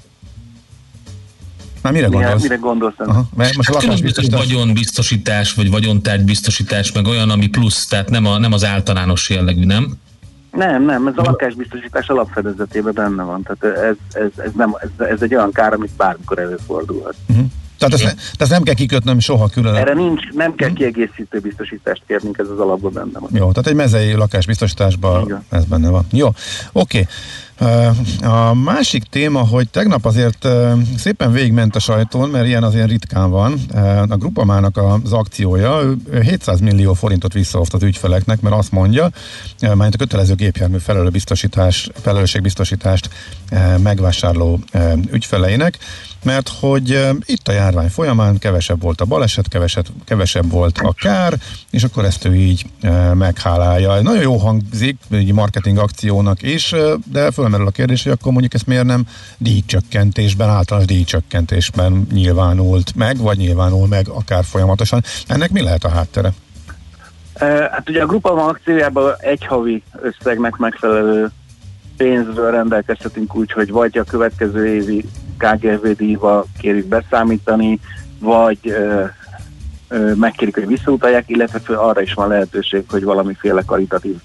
Már mire gondolsz? Mire gondolsz? Most lakásbiztosítás, vagyonbiztosítás, vagy vagyontárgybiztosítás, meg olyan, ami plusz, tehát nem az általános jellegű, nem? Nem, ez a lakásbiztosítás alapfedezetében benne van. Tehát ez egy olyan kár, amit bármikor előfordulhat. Tehát ezt nem kell kikötnöm soha külön. Erre nem kell kiegészítő biztosítást kérnünk, ez az alapban benne van. Jó, tehát egy mezei lakásbiztosításban ez benne van. Jó, oké. A másik téma, hogy tegnap azért szépen végigment a sajtón, mert ilyen azért ritkán van. A Grupamának az akciója 700 millió forintot visszaosztott ügyfeleknek, mert azt mondja, majd a kötelező gépjármű felelősségbiztosítást megvásárló ügyfeleinek, mert hogy itt a járvány folyamán kevesebb volt a baleset, kevesebb volt a kár, és akkor ezt ő így meghálálja. Nagyon jó hangzik, egy marketing akciónak is, de fölmerül a kérdés, hogy akkor mondjuk ezt miért nem díjcsökkentésben, általános díjcsökkentésben nyilvánult meg, vagy nyilvánul meg akár folyamatosan. Ennek mi lehet a háttere? Hát ugye a Grupama akciójában egy havi összegnek megfelelő pénzről rendelkezhetünk úgy, hogy vagy a következő évi KGV díjba kérjük beszámítani, vagy megkérjük, hogy visszautalják, illetve arra is van lehetőség, hogy valamiféle karitatív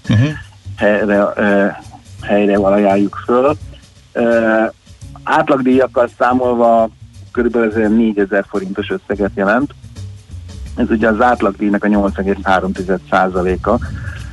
helyre ajánljuk föl. Átlagdíjakkal számolva körülbelül 4000 forintos összeget jelent. Ez ugye az átlagdíjnak a 8,3%-a.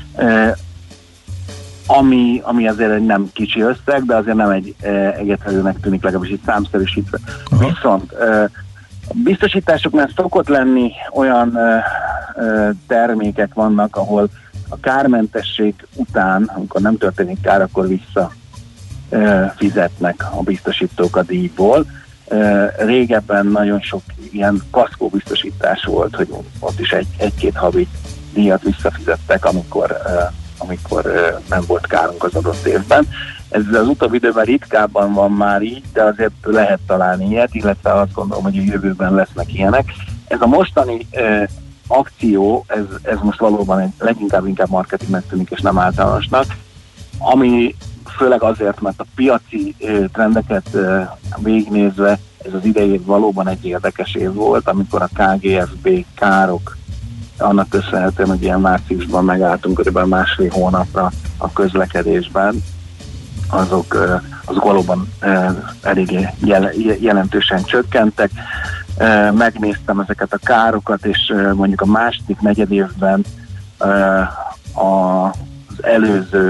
Ami azért egy nem kicsi összeg, de azért nem egy egetvelőnek tűnik, legalábbis itt számszerűsítve. Viszont a biztosításoknál szokott lenni olyan termékek vannak, ahol a kármentesség után, amikor nem történik kár, akkor vissza fizetnek a biztosítók a díjból. Régebben nagyon sok ilyen kaszkóbiztosítás volt, hogy ott is egy-két havi díjat visszafizettek, amikor nem volt kárunk az adott évben. Ez az utóbbi időben ritkábban van már így, de azért lehet találni ilyet, illetve azt gondolom, hogy a jövőben lesznek ilyenek. Ez a mostani akció, ez most valóban leginkább marketingnek tűnik, és nem általánosnak, ami főleg azért, mert a piaci trendeket végignézve ez az idei év valóban egy érdekes év volt, amikor a KGFB károk, annak köszönhetően, hogy ilyen márciusban megálltunk körülbelül másfél hónapra a közlekedésben, azok valóban eléggé jelentősen csökkentek. Megnéztem ezeket a károkat, és mondjuk a második negyedévben az előző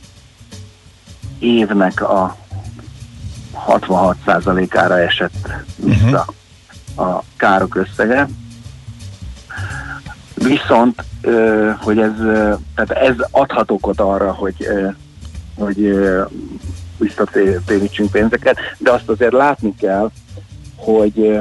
évnek a 66%-ára esett vissza a károk összege. Viszont, hogy ez adhat okot arra, hogy visszatérítsünk pénzeket, de azt azért látni kell, hogy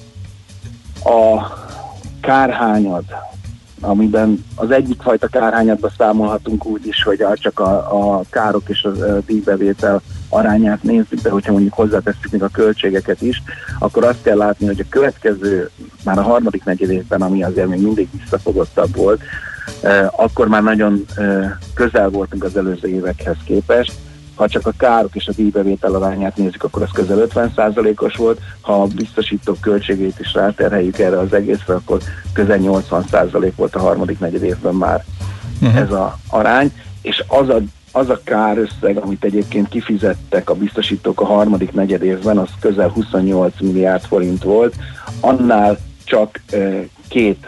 a kárhányad, amiben az egyik fajta kárhányadba számolhatunk úgy is, hogy csak a károk és a díjbevétel arányát nézzük, de hogyha mondjuk hozzátesszük még a költségeket is, akkor azt kell látni, hogy a következő, már a harmadik negyedévben, ami azért még mindig visszafogottabb volt, akkor már nagyon közel voltunk az előző évekhez képest. Ha csak a károk és a díjbevétel arányát nézzük, akkor az közel 50%-os volt. Ha a biztosítók költségét is ráterheljük erre az egészre, akkor közel 80% volt a harmadik negyedévben már ez az arány. És az a kárösszeg, amit egyébként kifizettek a biztosítók a harmadik negyedévben, az közel 28 milliárd forint volt. Annál csak két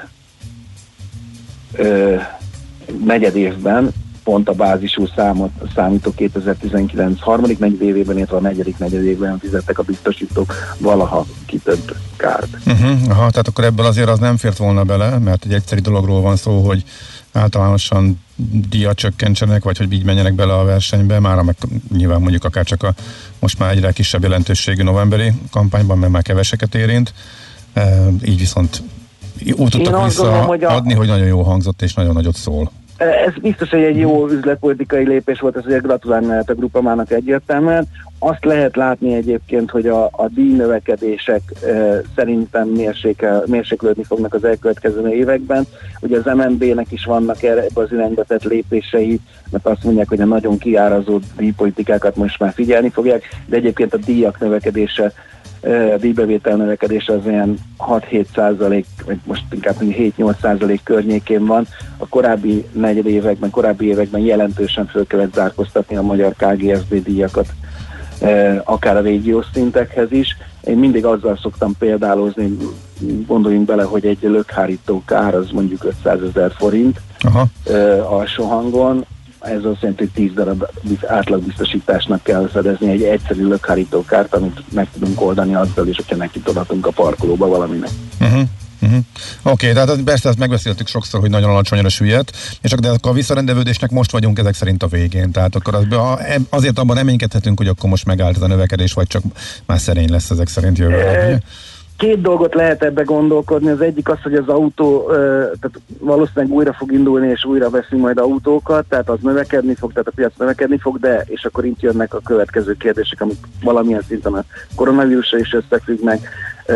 negyedévben, pont a bázisú számító 2019 harmadik negyedévében, illetve a negyedik negyedévben fizettek a biztosítók valaha ki több kárt. Tehát akkor ebből azért az nem fért volna bele, mert egy egyszerű dologról van szó, hogy általánosan díjat csökkentsenek, vagy hogy így menjenek bele a versenybe, már meg nyilván mondjuk akár csak a most már egyre kisebb jelentőségű novemberi kampányban, mert már keveseket érint. így viszont úgy tudtak gondolom, visszaadni, hogy nagyon jó hangzott és nagyon nagyot szól. Ez biztos, hogy egy jó üzletpolitikai lépés volt, ez ugye gratulálni lehet a Grupamának egyértelműen. Azt lehet látni egyébként, hogy a díjnövekedések szerintem mérséklődni fognak az elkövetkező években. Ugye az MNB-nek is vannak ebbe az irányba tett lépései, mert azt mondják, hogy a nagyon kiárazó díjpolitikákat most már figyelni fogják, de egyébként a díjak növekedése, a díjbevétel növekedése az olyan 6-7%, vagy most inkább 7-8% környékén van. A korábbi korábbi években jelentősen föl kellett zárkóztatni a magyar KGSB díjakat, akár a régiós szintekhez is. Én mindig azzal szoktam példálozni, gondoljunk bele, hogy egy lökhárító kár az mondjuk 500 000 forint alsó hangon. Ez azt jelenti, hogy 10 darab átlagbiztosításnak kell fedezni egy egyszerű lökhárító kárt, amit meg tudunk oldani azzal is, hogyha nekitolhatunk a parkolóba valaminek. Oké, tehát persze ezt megbeszéltük sokszor, hogy nagyon alacsonyra süllyedt, de akkor a visszarendeződésnek most vagyunk ezek szerint a végén, tehát akkor azért abban reménykedhetünk, hogy akkor most megállt ez a növekedés, vagy csak már szerény lesz ezek szerint jövőre. Két dolgot lehet ebbe gondolkodni. Az egyik az, hogy az autó tehát valószínűleg újra fog indulni, és újra veszünk majd autókat, tehát az növekedni fog, tehát a piac növekedni fog, de, és akkor itt jönnek a következő kérdések, amik valamilyen szinten a koronavírusra is összefüggnek.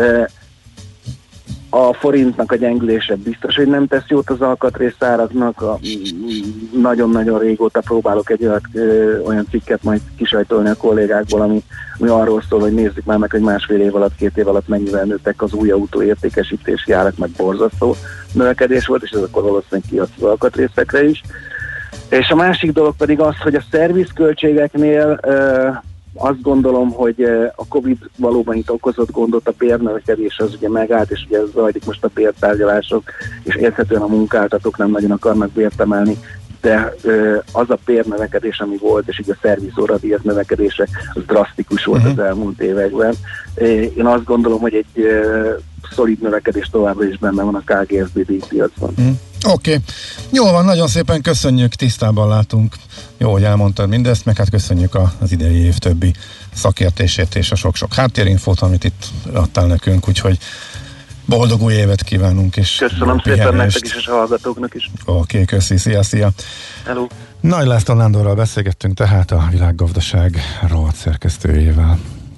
A forintnak a gyengülése biztos, hogy nem tesz jót az alkatrészáraknak. Nagyon-nagyon régóta próbálok egy olyan cikket majd kisajtolni a kollégákból, ami arról szól, hogy nézzük már meg, hogy másfél év alatt, 2 év alatt mennyivel nőttek az új autó értékesítési árak, meg borzasztó növekedés volt, és ez akkor valószínűleg kijött az alkatrészekre is. És a másik dolog pedig az, hogy a szervizköltségeknél azt gondolom, hogy a Covid valóban itt okozott gondot, a bérnövekedés az ugye megállt, és ugye zajlik most a bértárgyalások, és érthetően a munkáltatók nem nagyon akarnak bért emelni, de az a bérnövekedés, ami volt, és így a szervizóradíjak növekedése, az drasztikus volt az elmúlt években. Én azt gondolom, hogy egy szolid növekedés továbbra is benne van a KGSB díjpiacban. Oké. Jól van, nagyon szépen köszönjük, tisztában látunk. Jó, hogy elmondtad mindezt, meg hát köszönjük az idei év többi szakértését és a sok-sok háttérinfót, amit itt adtál nekünk, úgyhogy boldog új évet kívánunk, és köszönöm szépen nektek is, és a hallgatóknak is. Oké, köszi, szia! Hello. Nagy László Nándorral beszélgettünk tehát a Világgazdaság rovat szerkesztőjével.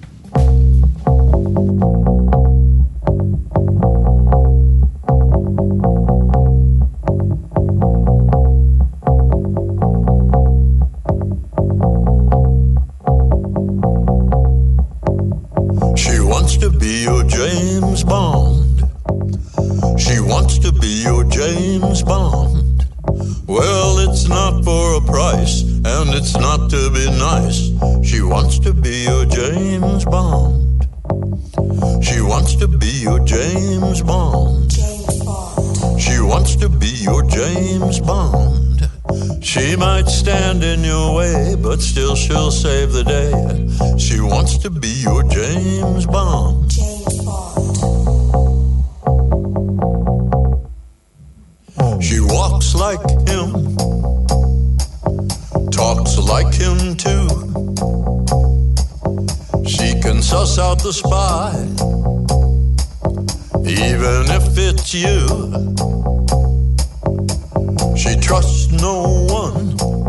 She wants to be your James Bond. She wants to be your James Bond. Well, it's not for a price, and it's not to be nice. She wants to be your James Bond. She wants to be your James Bond. She wants to be your James Bond. She might stand in your way, but still she'll save the day. She wants to be your James Bond. She walks like him, talks like him too. She can suss out the spy, even if it's you. She trusts no one,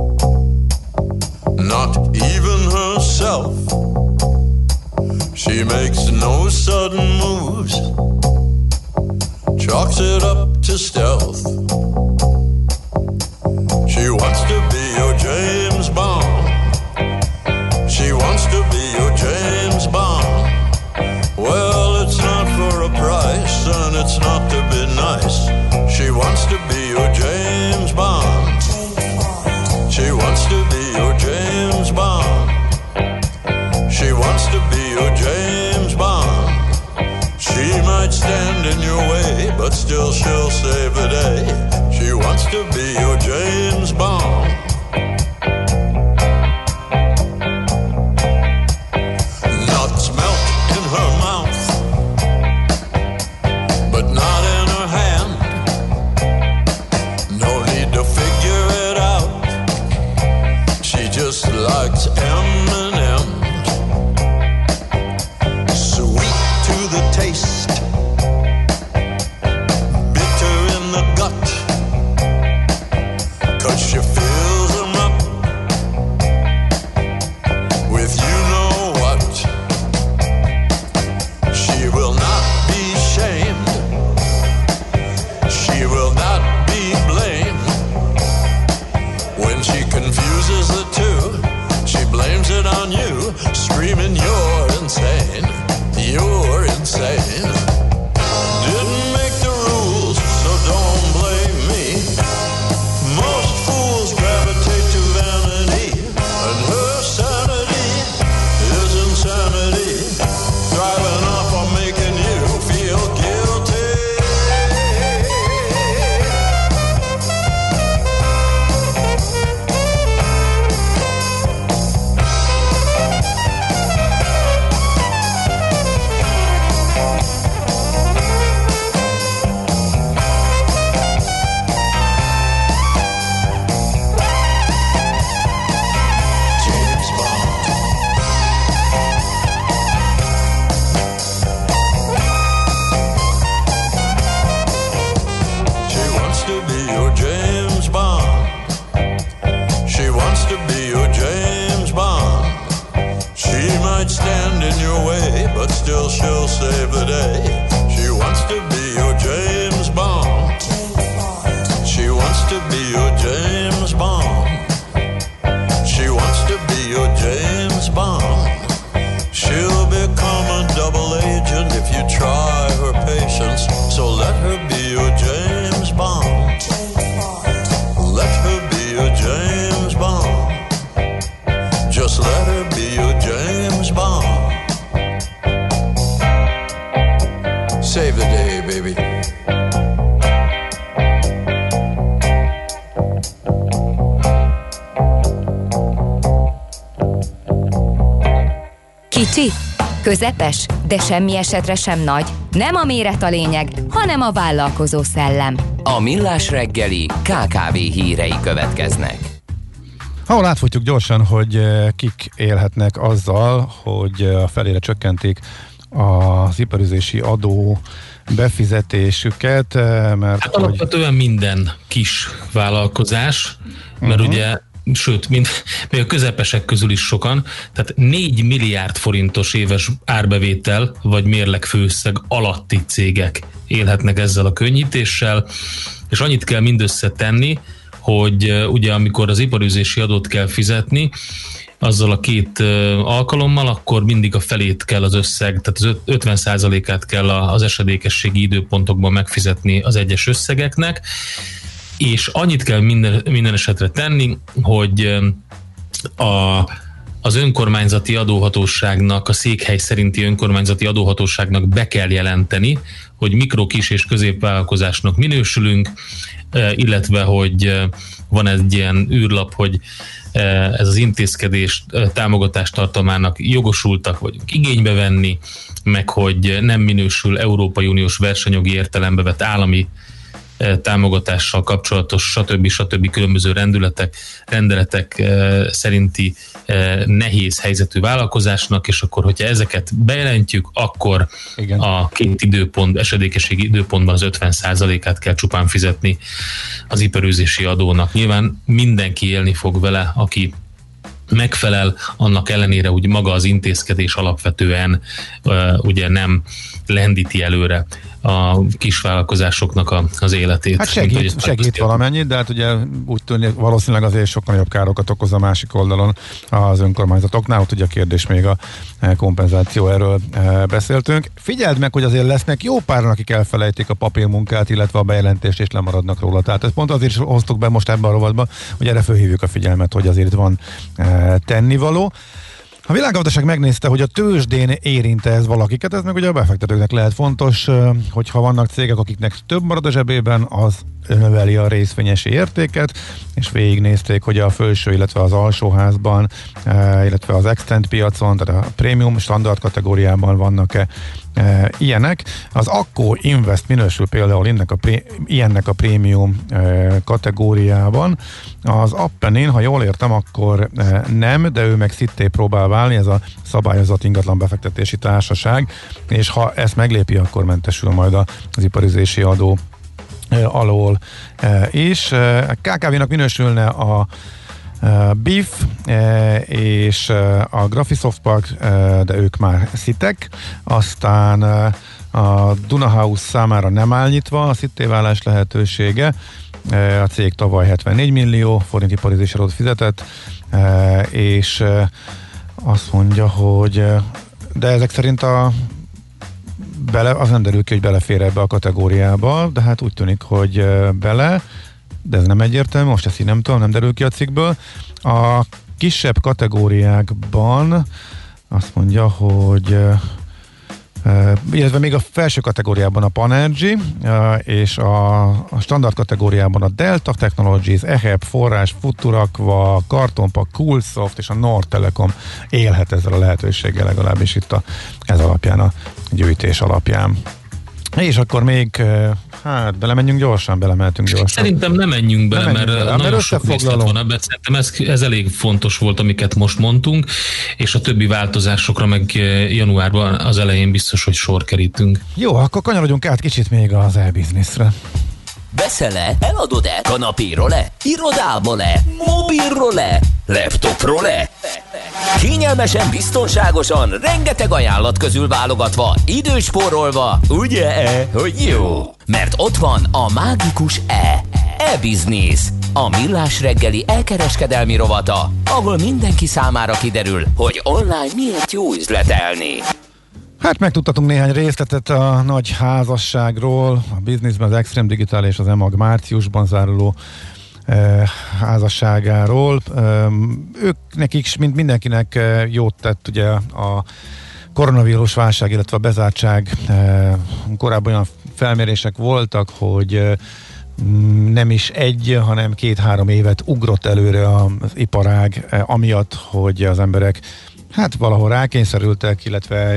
not even herself. She makes no sudden moves, chalks it up to stealth. She wants to be your James Bond. She wants to be your James Bond. Well, it's not for a price, and it's not to be nice. She wants to be your James Bond. She wants to be your James Bond. She wants to be your James Bond. She might stand in your way, but still she'll save the day. She wants to be your James Bond. Nuts melt in her mouth, but not in her hand. No need to figure it out. She just likes M&M's. Sweet to the taste, Just let her be your James Bond. Save the day, baby. Kicsi, közepes, de semmi esetre sem nagy. Nem a méret a lényeg, hanem a vállalkozó szellem. A Millás reggeli KKV hírei következnek. Ahol átfutjuk gyorsan, hogy kik élhetnek azzal, hogy a felére csökkentik az iparüzési adó befizetésüket, mert hát alapvetően minden kis vállalkozás, mert ugye sőt, még a közepesek közül is sokan, tehát 4 milliárd forintos éves árbevétel vagy mérlegfőösszeg alatti cégek élhetnek ezzel a könnyítéssel, és annyit kell mindössze tenni, hogy ugye amikor az iparüzési adót kell fizetni, azzal a 2 alkalommal, akkor mindig a felét kell az összeg, tehát az 50%-át kell az esedékességi időpontokban megfizetni az egyes összegeknek, és annyit kell minden esetre tenni, hogy az önkormányzati adóhatóságnak, a székhely szerinti önkormányzati adóhatóságnak be kell jelenteni, hogy mikro, kis és középvállalkozásnak minősülünk, illetve hogy van egy ilyen űrlap, hogy ez az intézkedés támogatás tartalmának jogosultak vagyunk igénybe venni, meg hogy nem minősül Európai Uniós versenyjogi értelembe vett állami támogatással kapcsolatos, stb. Különböző rendeletek szerinti nehéz helyzetű vállalkozásnak, és akkor, hogyha ezeket bejelentjük, akkor igen, a 2 időpont, esedékességi időpontban az 50%-át kell csupán fizetni az iparüzési adónak. Nyilván mindenki élni fog vele, aki megfelel, annak ellenére úgy maga az intézkedés alapvetően ugye nem lendíti előre a kisvállalkozásoknak az életét. Hát segít valamennyit, de hát ugye úgy tűnik, valószínűleg azért sokkal jobb károkat okoz a másik oldalon az önkormányzatoknál. Ott ugye a kérdés még a kompenzáció, erről beszéltünk. Figyeld meg, hogy azért lesznek jó páran, akik elfelejtik a papírmunkát, illetve a bejelentést, és lemaradnak róla. Tehát ezt pont azért hoztuk be most ebben a rovatba, hogy erre fölhívjuk a figyelmet, hogy azért van tennivaló. A világgazdaság megnézte, hogy a tőzsdén érinte ez valakiket, ez meg ugye a befektetőknek lehet fontos, hogyha vannak cégek, akiknek több marad a zsebében, az növeli a részvényesi értéket, és végignézték, hogy a felső, illetve az alsóházban, illetve az extend piacon, tehát a prémium standard kategóriában vannak-e ilyenek. Az Akko Invest minősül például ilyennek a prémium kategóriában. Az Appenin, ha jól értem, akkor nem, de ő meg szitté próbál válni, ez a szabályozott ingatlan befektetési társaság, és ha ezt meglépi, akkor mentesül majd az iparüzési adó alól is. KKV-nak minősülne a BIF és a Graphisoft Park, de ők már szitek. Aztán a Dunahouse számára nem áll nyitva a szittéválás lehetősége. A cég tavaly 74 millió forint iparüzési adót fizetett, és azt mondja, hogy de ezek szerint az nem derül ki, hogy belefér ebbe a kategóriába, de hát úgy tűnik, hogy bele, de ez nem egyértelmű, most ezt így nem tudom, nem derül ki a cikkből. A kisebb kategóriákban azt mondja, hogy illetve még a felső kategóriában a Panergy, és a standard kategóriában a Delta Technologies, EHEB, Forrás, Futurakva, Kartonpak, Coolsoft és a Nord Telekom élhet ezzel a lehetőséggel, legalábbis itt ez alapján, a gyűjtés alapján. És akkor még, hát belementünk gyorsan. Szerintem nem menjünk bele, mert nagyon sok részlet van ebben. Szerintem ez elég fontos volt, amiket most mondtunk, és a többi változásokra meg januárban az elején biztos, hogy sor kerítünk. Jó, akkor kanyarodjunk át kicsit még az e-businessre. Veszel-e? Eladod-e? Kanapéról-e? Irodából-e? Mobilról-e? Laptopról-e? Kényelmesen, biztonságosan, rengeteg ajánlat közül válogatva, időspórolva, ugye, hogy jó? Mert ott van a mágikus e-business, a Millás reggeli elkereskedelmi rovata, ahol mindenki számára kiderül, hogy online miért jó üzletelni. Hát megtudtatunk néhány részletet a nagy házasságról, a bizniszben az Extreme Digital és az EMAG márciusban záruló házasságáról. Ők nekik, mint mindenkinek jót tett ugye a koronavírus válság, illetve a bezártság. Korábban olyan felmérések voltak, hogy nem is egy, hanem 2-3 évet ugrott előre az iparág, amiatt, hogy az emberek hát valahol rákényszerültek, illetve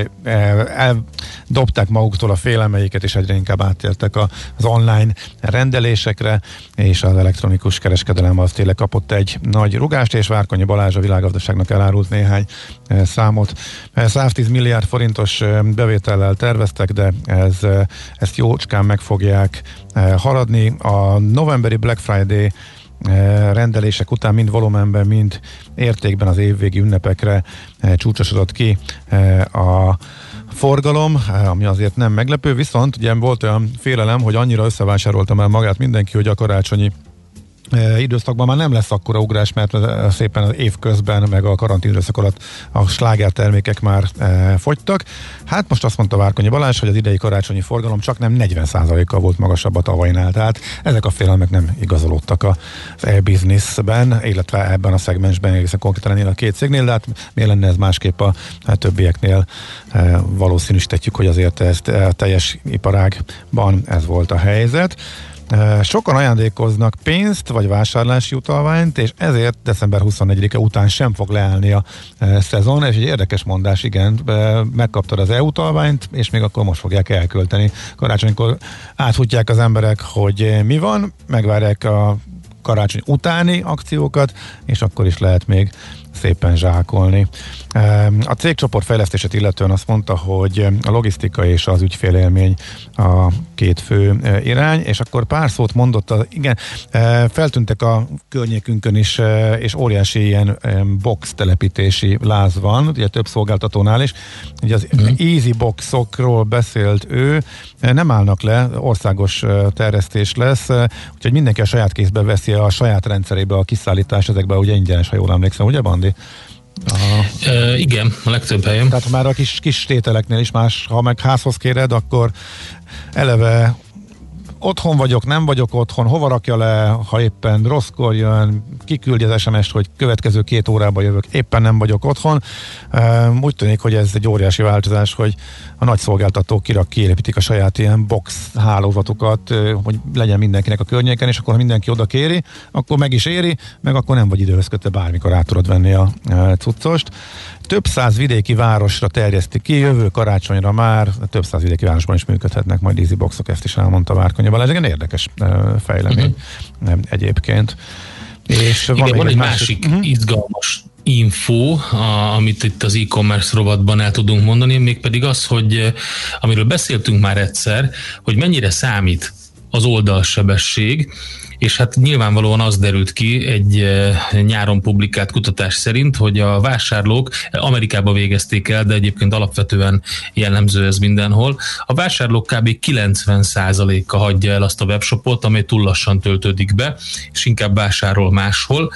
eldobták maguktól a félelmeiket, és egyre inkább áttértek az online rendelésekre, és az elektronikus kereskedelem az tényleg kapott egy nagy rugást, és Várkonyi Balázs a Világgazdaságnak elárult néhány számot. 110 milliárd forintos bevétellel terveztek, de ezt jócskán meg fogják haladni. A novemberi Black Friday rendelések után mind volumenben, mind értékben az évvégi ünnepekre csúcsosodott ki a forgalom, ami azért nem meglepő, viszont ugye volt olyan félelem, hogy annyira összevásároltam el magát mindenki, hogy a karácsonyi időszakban már nem lesz akkora ugrás, mert szépen az év közben, meg a karantén időszak alatt a sláger termékek már fogytak. Hát most azt mondta Várkonyi Balázs, hogy az idei karácsonyi forgalom csak nem 40%-kal volt magasabb a tavainál, tehát ezek a félelmek nem igazolódtak az e-businessben, illetve ebben a szegmensben, egészen konkrétan ennél a két cégnél, de hát miért lenne ez másképp a többieknél? Valószínűsítetjük, hogy azért ezt a teljes iparágban ez volt a helyzet. Sokan ajándékoznak pénzt vagy vásárlási utalványt, és ezért december 24-e után sem fog leállni a szezon. És egy érdekes mondás, igen, megkaptad az e-utalványt, és még akkor most fogják elkölteni. Karácsonykor áthutják az emberek, hogy mi van, megvárják a karácsony utáni akciókat, és akkor is lehet még szépen zsákolni. A cégcsoport fejlesztését illetően azt mondta, hogy a logisztika és az ügyfélélmény a két fő irány, és akkor pár szót mondott, igen, feltűntek a környékünkön is, és óriási ilyen box telepítési láz van, ugye több szolgáltatónál is, ugye az easy boxokról beszélt ő, nem állnak le, országos terjesztés lesz, úgyhogy mindenki a saját kézbe veszi a saját rendszerébe a kiszállítás, ezekbe ugye ingyenes, ha jól emlékszem, ugye Bandi? Igen, a legtöbb helyen. Tehát már a kis tételeknél is más, ha meg házhoz kéred, akkor eleve otthon vagyok, nem vagyok otthon, hova rakja le, ha éppen rosszkor jön, kiküldi az SMS-t, hogy következő 2 órában jövök, éppen nem vagyok otthon. Úgy tűnik, hogy ez egy óriási változás, hogy a nagy szolgáltatók kiépítik a saját ilyen box hálózatokat, hogy legyen mindenkinek a környéken, és akkor ha mindenki oda kéri, akkor meg is éri, meg akkor nem vagy időhöz kötve, bármikor át tudod venni a cuccost. Több száz vidéki városra terjeszti ki, jövő karácsonyra már több száz vidéki városban is működhetnek majd easy boxok, ezt is elmondta Várkonyi Balázs. Ez egy érdekes fejlemény egyébként. És igen, van egy másik izgalmas info, amit itt az e-commerce rovatban el tudunk mondani, mégpedig az, hogy amiről beszéltünk már egyszer, hogy mennyire számít az oldalsebesség, és hát nyilvánvalóan az derült ki egy nyáron publikált kutatás szerint, hogy a vásárlók, Amerikában végezték el, de egyébként alapvetően jellemző ez mindenhol, a vásárlók kb. 90%-a hagyja el azt a webshopot, amely túl lassan töltődik be, és inkább vásárol máshol.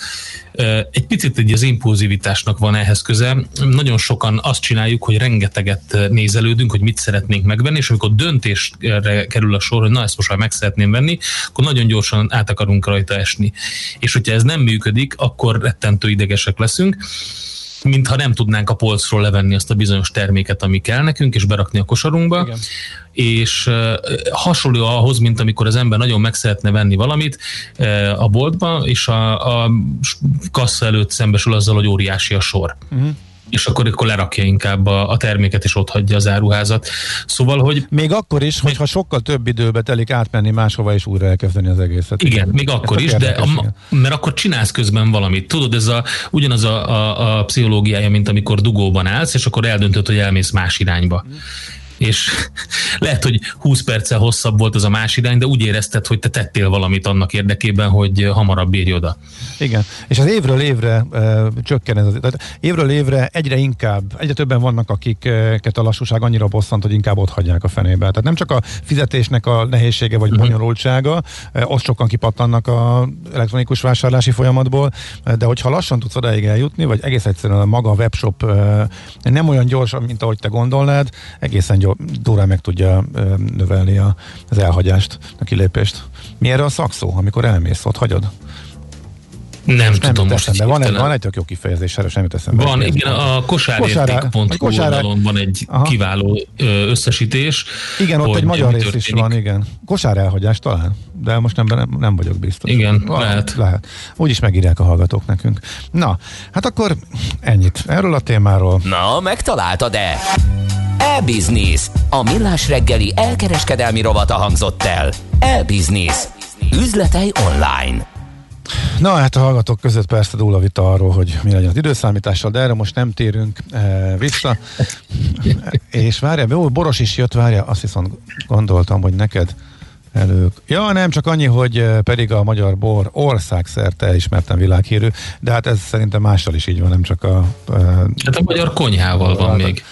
Egy picit az impulzivitásnak van ehhez köze. Nagyon sokan azt csináljuk, hogy rengeteget nézelődünk, hogy mit szeretnénk megvenni, és amikor döntésre kerül a sor, hogy na ezt most már meg szeretném venni, akkor nagyon gyorsan át akarunk rajta esni. És hogyha ez nem működik, akkor rettentő idegesek leszünk, mintha nem tudnánk a polcról levenni azt a bizonyos terméket, ami kell nekünk, és berakni a kosarunkba. Igen. És hasonló ahhoz, mint amikor az ember nagyon meg szeretne venni valamit a boltba, és a kassa előtt szembesül azzal, hogy óriási a sor. És akkor lerakja inkább a terméket, és ott hagyja az áruházat. Szóval, hogy... Még akkor is, hogyha sokkal több időbe telik átmenni máshova, és újra elkezdeni az egészet. Igen, még akkor is, mert akkor csinálsz közben valamit. Tudod, ez ugyanaz a pszichológiája, mint amikor dugóban állsz, és akkor eldöntöd, hogy elmész más irányba. És lehet, hogy 20 perccel hosszabb volt az a más irány, de úgy érezted, hogy te tettél valamit annak érdekében, hogy hamarabb érj oda. Igen, és az évről évre csökken ez. Évről évre egyre többen vannak, akiket a lassúság annyira bosszant, hogy inkább ott hagyják a fenébe. Tehát nem csak a fizetésnek a nehézsége vagy bonyolultsága, ott sokan kipattannak az elektronikus vásárlási folyamatból, de hogyha lassan tudsz odáig eljutni, vagy egész egyszerűen maga a webshop nem olyan gyorsan, mint ahogy te gondolnád, egészen durán meg tudja növelni az elhagyást, a kilépést. Mi erre a szakszó, amikor elmész, ott hagyod? Nem tudom most. De van egy tök jó kifejezés, erre semmit eszembe. Van, igen, a kosárérték.hu oldalon van egy kiváló összesítés. Igen, ott egy magyar rész is van, igen. Kosár elhagyás talán, de most nem vagyok biztos. Igen, lehet. Úgyis megírják a hallgatók nekünk. Na, hát akkor ennyit erről a témáról. Na, megtaláltad-e? E-Business. A Millás reggeli elkereskedelmi rovata hangzott el. E-Business. Üzletei online. Na hát a hallgatók között persze dúl a vita arról, hogy mi legyen az időszámítással, de erre most nem térünk vissza. És várjál, Boros is jött, várjál, azt viszont gondoltam, hogy neked Ja, nem, csak annyi, hogy pedig a magyar bor országszerte elismerten világhírű, de hát ez szerintem mással is így van, nem csak a... Hát a magyar konyhával van még.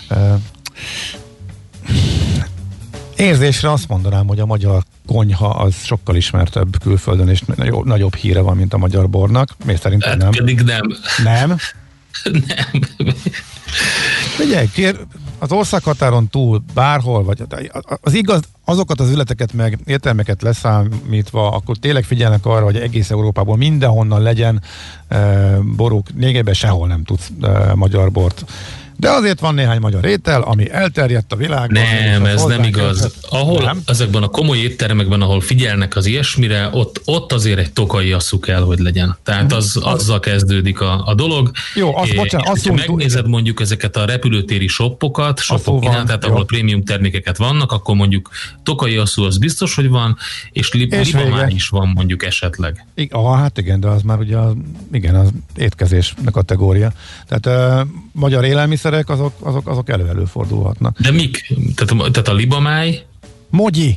Érzésre azt mondanám, hogy a magyar konyha az sokkal ismertebb külföldön, és nagyobb híre van, mint a magyar bornak. Miért szerintem hát nem? Pedig nem. Nem? Nem. Figyelj, az országhatáron túl bárhol, vagy az igaz, azokat az üzleteket meg értelmeket leszámítva, akkor tényleg figyelnek arra, hogy egész Európából mindenhonnan legyen boruk. Régebben sehol nem tudsz magyar bort. De azért van néhány magyar étel, ami elterjedt a világban. Nem, ez nem igaz. Ahol ezekben a komoly éttermekben, ahol figyelnek az ilyesmire, ott azért egy tokai asszú kell, hogy legyen. Tehát azzal kezdődik a dolog. Jó, ha megnézed mondjuk ezeket a repülőtéri shoppokat, tehát ahol a prémium termékeket vannak, akkor mondjuk tokai asszú az biztos, hogy van, és libamár is van mondjuk esetleg. Hát igen, de az már ugye az étkezés kategória. Tehát magyar élelmiszerek, azok előfordulhatnak. De mik? Tehát a libamáj? Mogyi.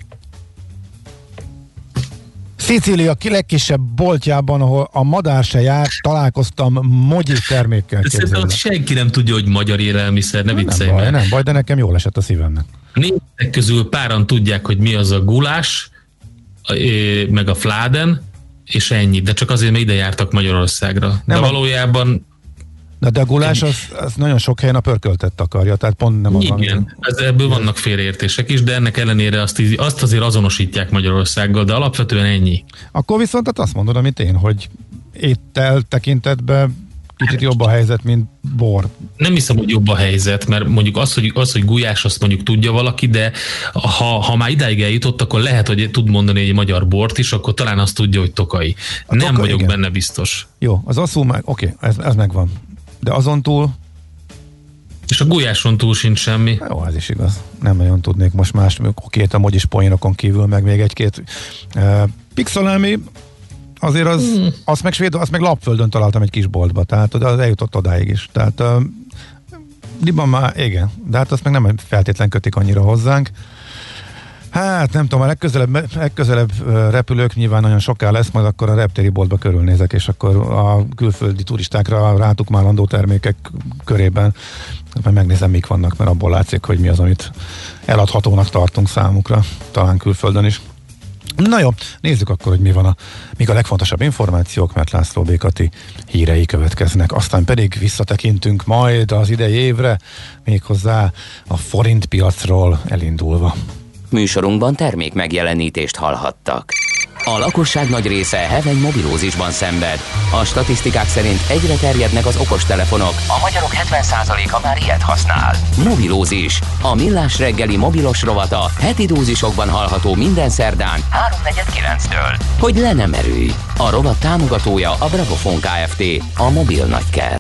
Szicília legkisebb boltjában, ahol a madár se jár, találkoztam mogyi termékkel. Szerintem senki nem tudja, hogy magyar élelmiszer, ne viccelj meg. Nem baj, de nekem jól esett a szívemnek. Németek közül páran tudják, hogy mi az a gulás, meg a fláden, és ennyi. De csak azért, mert ide jártak Magyarországra. De valójában de a gulás az nagyon sok helyen a pörköltet akarja, tehát pont nem az. Igen, ebből vannak félreértések is, de ennek ellenére azt azért azonosítják Magyarországgal, de alapvetően ennyi. Akkor viszont azt mondod, amit én, hogy étel tekintetben kicsit jobb a helyzet, mint bor. Nem hiszem, hogy jobb a helyzet, mert mondjuk az, hogy gulyás, azt mondjuk tudja valaki, de ha már idáig eljutott, akkor lehet, hogy tud mondani egy magyar bort is, akkor talán azt tudja, hogy tokai. Nem vagyok benne biztos. Jó, az asszú meg, oké, ez megvan. De azon túl... És a gulyáson túl sincs semmi. Jó, ez is igaz. Nem nagyon tudnék most más, két a mogyis poénokon kívül, meg még egy-két pixelámi, azért azt meg Lapföldön találtam egy kis boltba, tehát az eljutott odáig is. Tehát már igen, de hát azt meg nem feltétlen kötik annyira hozzánk. Hát nem tudom, a legközelebb repülők nyilván nagyon soká lesz, majd akkor a reptéri boltba körülnézek, és akkor a külföldi turistákra rátukmálandó termékek körében megnézem, mik vannak, mert abból látszik, hogy mi az, amit eladhatónak tartunk számukra, talán külföldön is. Na jó, nézzük akkor, hogy mik a legfontosabb információk, mert László B. Kati hírei következnek. Aztán pedig visszatekintünk majd az idei évre, méghozzá a forintpiacról elindulva. Műsorunkban termék megjelenítést hallhattak. A lakosság nagy része heveny mobilózisban szenved. A statisztikák szerint egyre terjednek az okostelefonok. A magyarok 70%-a már ilyet használ. Mobilózis. A Millás reggeli mobilos rovata heti dózisokban hallható minden szerdán 3:49-től. Hogy le nem erőj. A rovat támogatója a Bravofon Kft. A mobil nagyker.